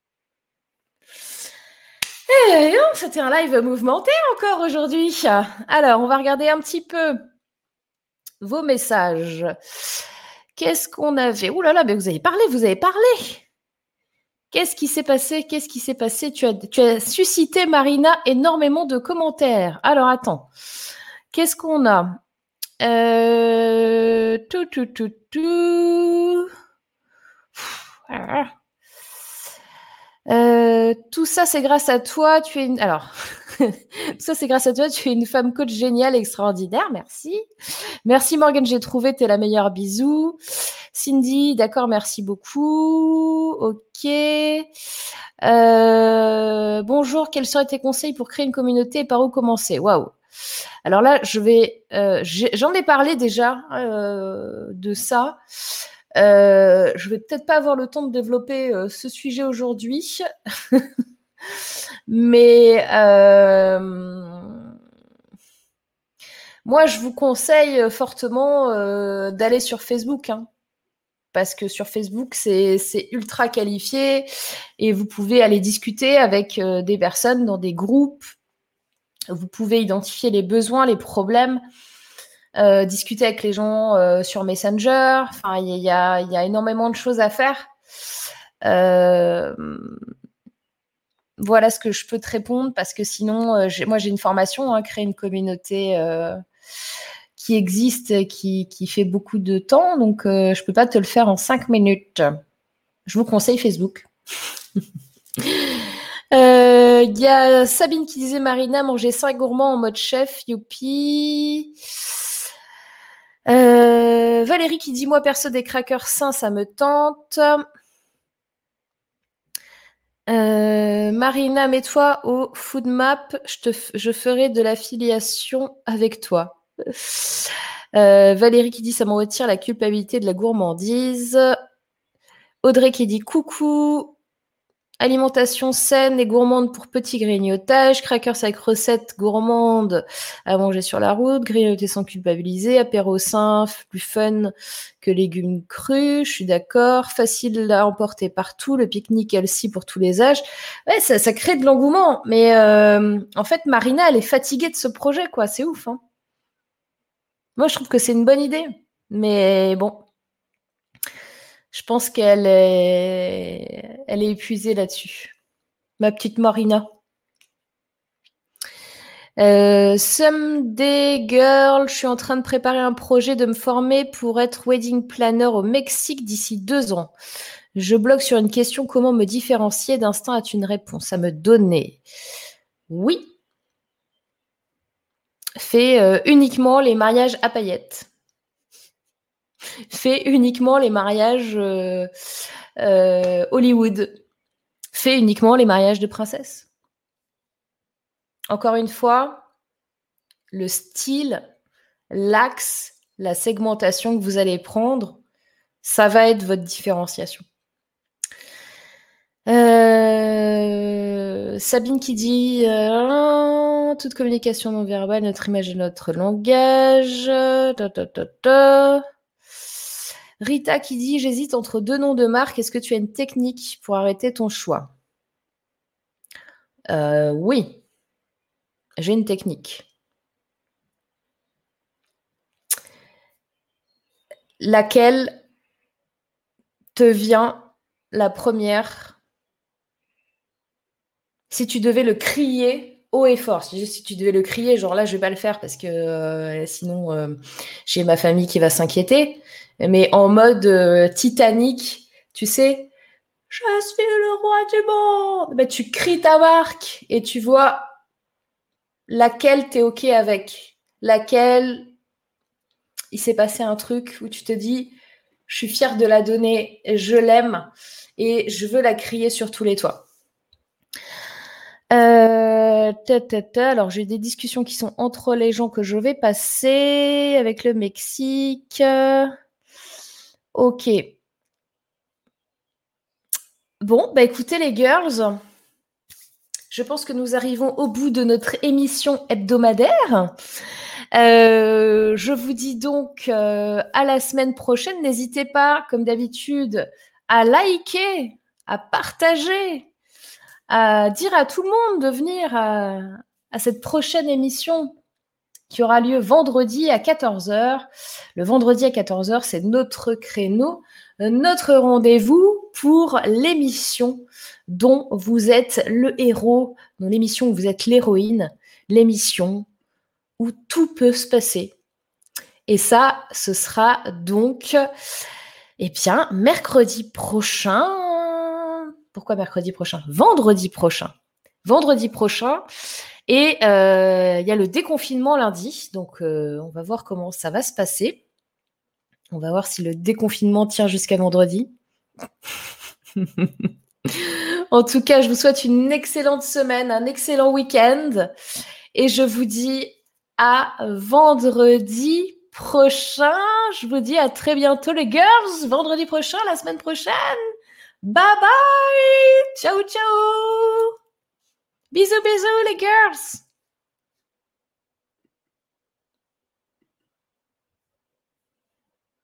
C'était un live mouvementé encore aujourd'hui. Alors, on va regarder un petit peu vos messages. Qu'est-ce qu'on avait? Ouh là là, mais vous avez parlé. Qu'est-ce qui s'est passé? Tu as suscité, Marina, énormément de commentaires. Alors, attends. Qu'est-ce qu'on a? Tout ça, c'est grâce à toi. Tu es tout ça, c'est grâce à toi. Tu es une femme coach géniale, extraordinaire. Merci. Merci, Morgane. J'ai trouvé. T'es la meilleure. Bisous. Cindy, d'accord. Merci beaucoup. Ok. Bonjour. Quels seraient tes conseils pour créer une communauté et par où commencer? Waouh. Alors là, j'en ai parlé déjà de ça. Je vais peut-être pas avoir le temps de développer ce sujet aujourd'hui, mais moi, je vous conseille fortement d'aller sur Facebook, hein, parce que sur Facebook, c'est ultra qualifié et vous pouvez aller discuter avec des personnes dans des groupes. Vous pouvez identifier les besoins, les problèmes. Discuter avec les gens sur Messenger. Enfin, il y a énormément de choses à faire. Voilà ce que je peux te répondre parce que sinon, moi j'ai une formation, hein, créer une communauté qui existe, qui fait beaucoup de temps, donc je peux pas te le faire en 5 minutes. Je vous conseille Facebook. Il y a Sabine qui disait Marina, manger 5 gourmands en mode chef, youpi. Valérie qui dit moi perso des crackers sains ça me tente. Marina, mets-toi au food map, je ferai de l'affiliation avec toi. Valérie qui dit ça me retire la culpabilité de la gourmandise. Audrey qui dit coucou. Alimentation saine et gourmande pour petits grignotages, crackers avec recettes gourmandes à manger sur la route, grignoter sans culpabiliser, apéro sain, plus fun que légumes crus, je suis d'accord, facile à emporter partout, le pique-nique healthy pour tous les âges. Ouais, ça crée de l'engouement, mais en fait, Marina, elle est fatiguée de ce projet, quoi, c'est ouf, hein. Moi, je trouve que c'est une bonne idée, mais bon. Je pense qu'elle est épuisée là-dessus. Ma petite Marina. Someday Girl, je suis en train de préparer un projet de me former pour être wedding planner au Mexique d'ici 2 ans. Je bloque sur une question, comment me différencier? D'instinct as-tu une réponse à me donner? Oui. Fais uniquement les mariages à paillettes. Fais uniquement les mariages Hollywood. Fais uniquement les mariages de princesses. Encore une fois, le style, l'axe, la segmentation que vous allez prendre, ça va être votre différenciation. Sabine qui dit toute communication non verbale, notre image et notre langage. Rita qui dit « J'hésite entre 2 noms de marque. Est-ce que tu as une technique pour arrêter ton choix ?» Oui, j'ai une technique. Laquelle te vient la première si tu devais le crier haut et fort? Si tu devais le crier, genre là, je vais pas le faire parce que sinon, j'ai ma famille qui va s'inquiéter. Mais en mode Titanic, tu sais, je suis le roi du monde. Ben, tu cries ta marque et tu vois laquelle t'es OK avec. Laquelle il s'est passé un truc où tu te dis, je suis fière de la donner, je l'aime et je veux la crier sur tous les toits. Alors, j'ai des discussions qui sont entre les gens que je vais passer avec le Mexique. Ok. Bon, bah écoutez les girls, je pense que nous arrivons au bout de notre émission hebdomadaire. Je vous dis donc à la semaine prochaine. N'hésitez pas, comme d'habitude, à liker, à partager, à dire à tout le monde de venir à cette prochaine émission qui aura lieu vendredi à 14h. Le vendredi à 14h, c'est notre créneau, notre rendez-vous pour l'émission dont vous êtes le héros, dans l'émission où vous êtes l'héroïne, l'émission où tout peut se passer. Et ça, ce sera donc, mercredi prochain. Pourquoi mercredi prochain ? Vendredi prochain. Vendredi prochain. Et il y a le déconfinement lundi. Donc, on va voir comment ça va se passer. On va voir si le déconfinement tient jusqu'à vendredi. En tout cas, je vous souhaite une excellente semaine, un excellent week-end. Et je vous dis à vendredi prochain. Je vous dis à très bientôt les girls. Vendredi prochain, la semaine prochaine. Bye bye. Ciao, ciao. Bisous, bisous les girls.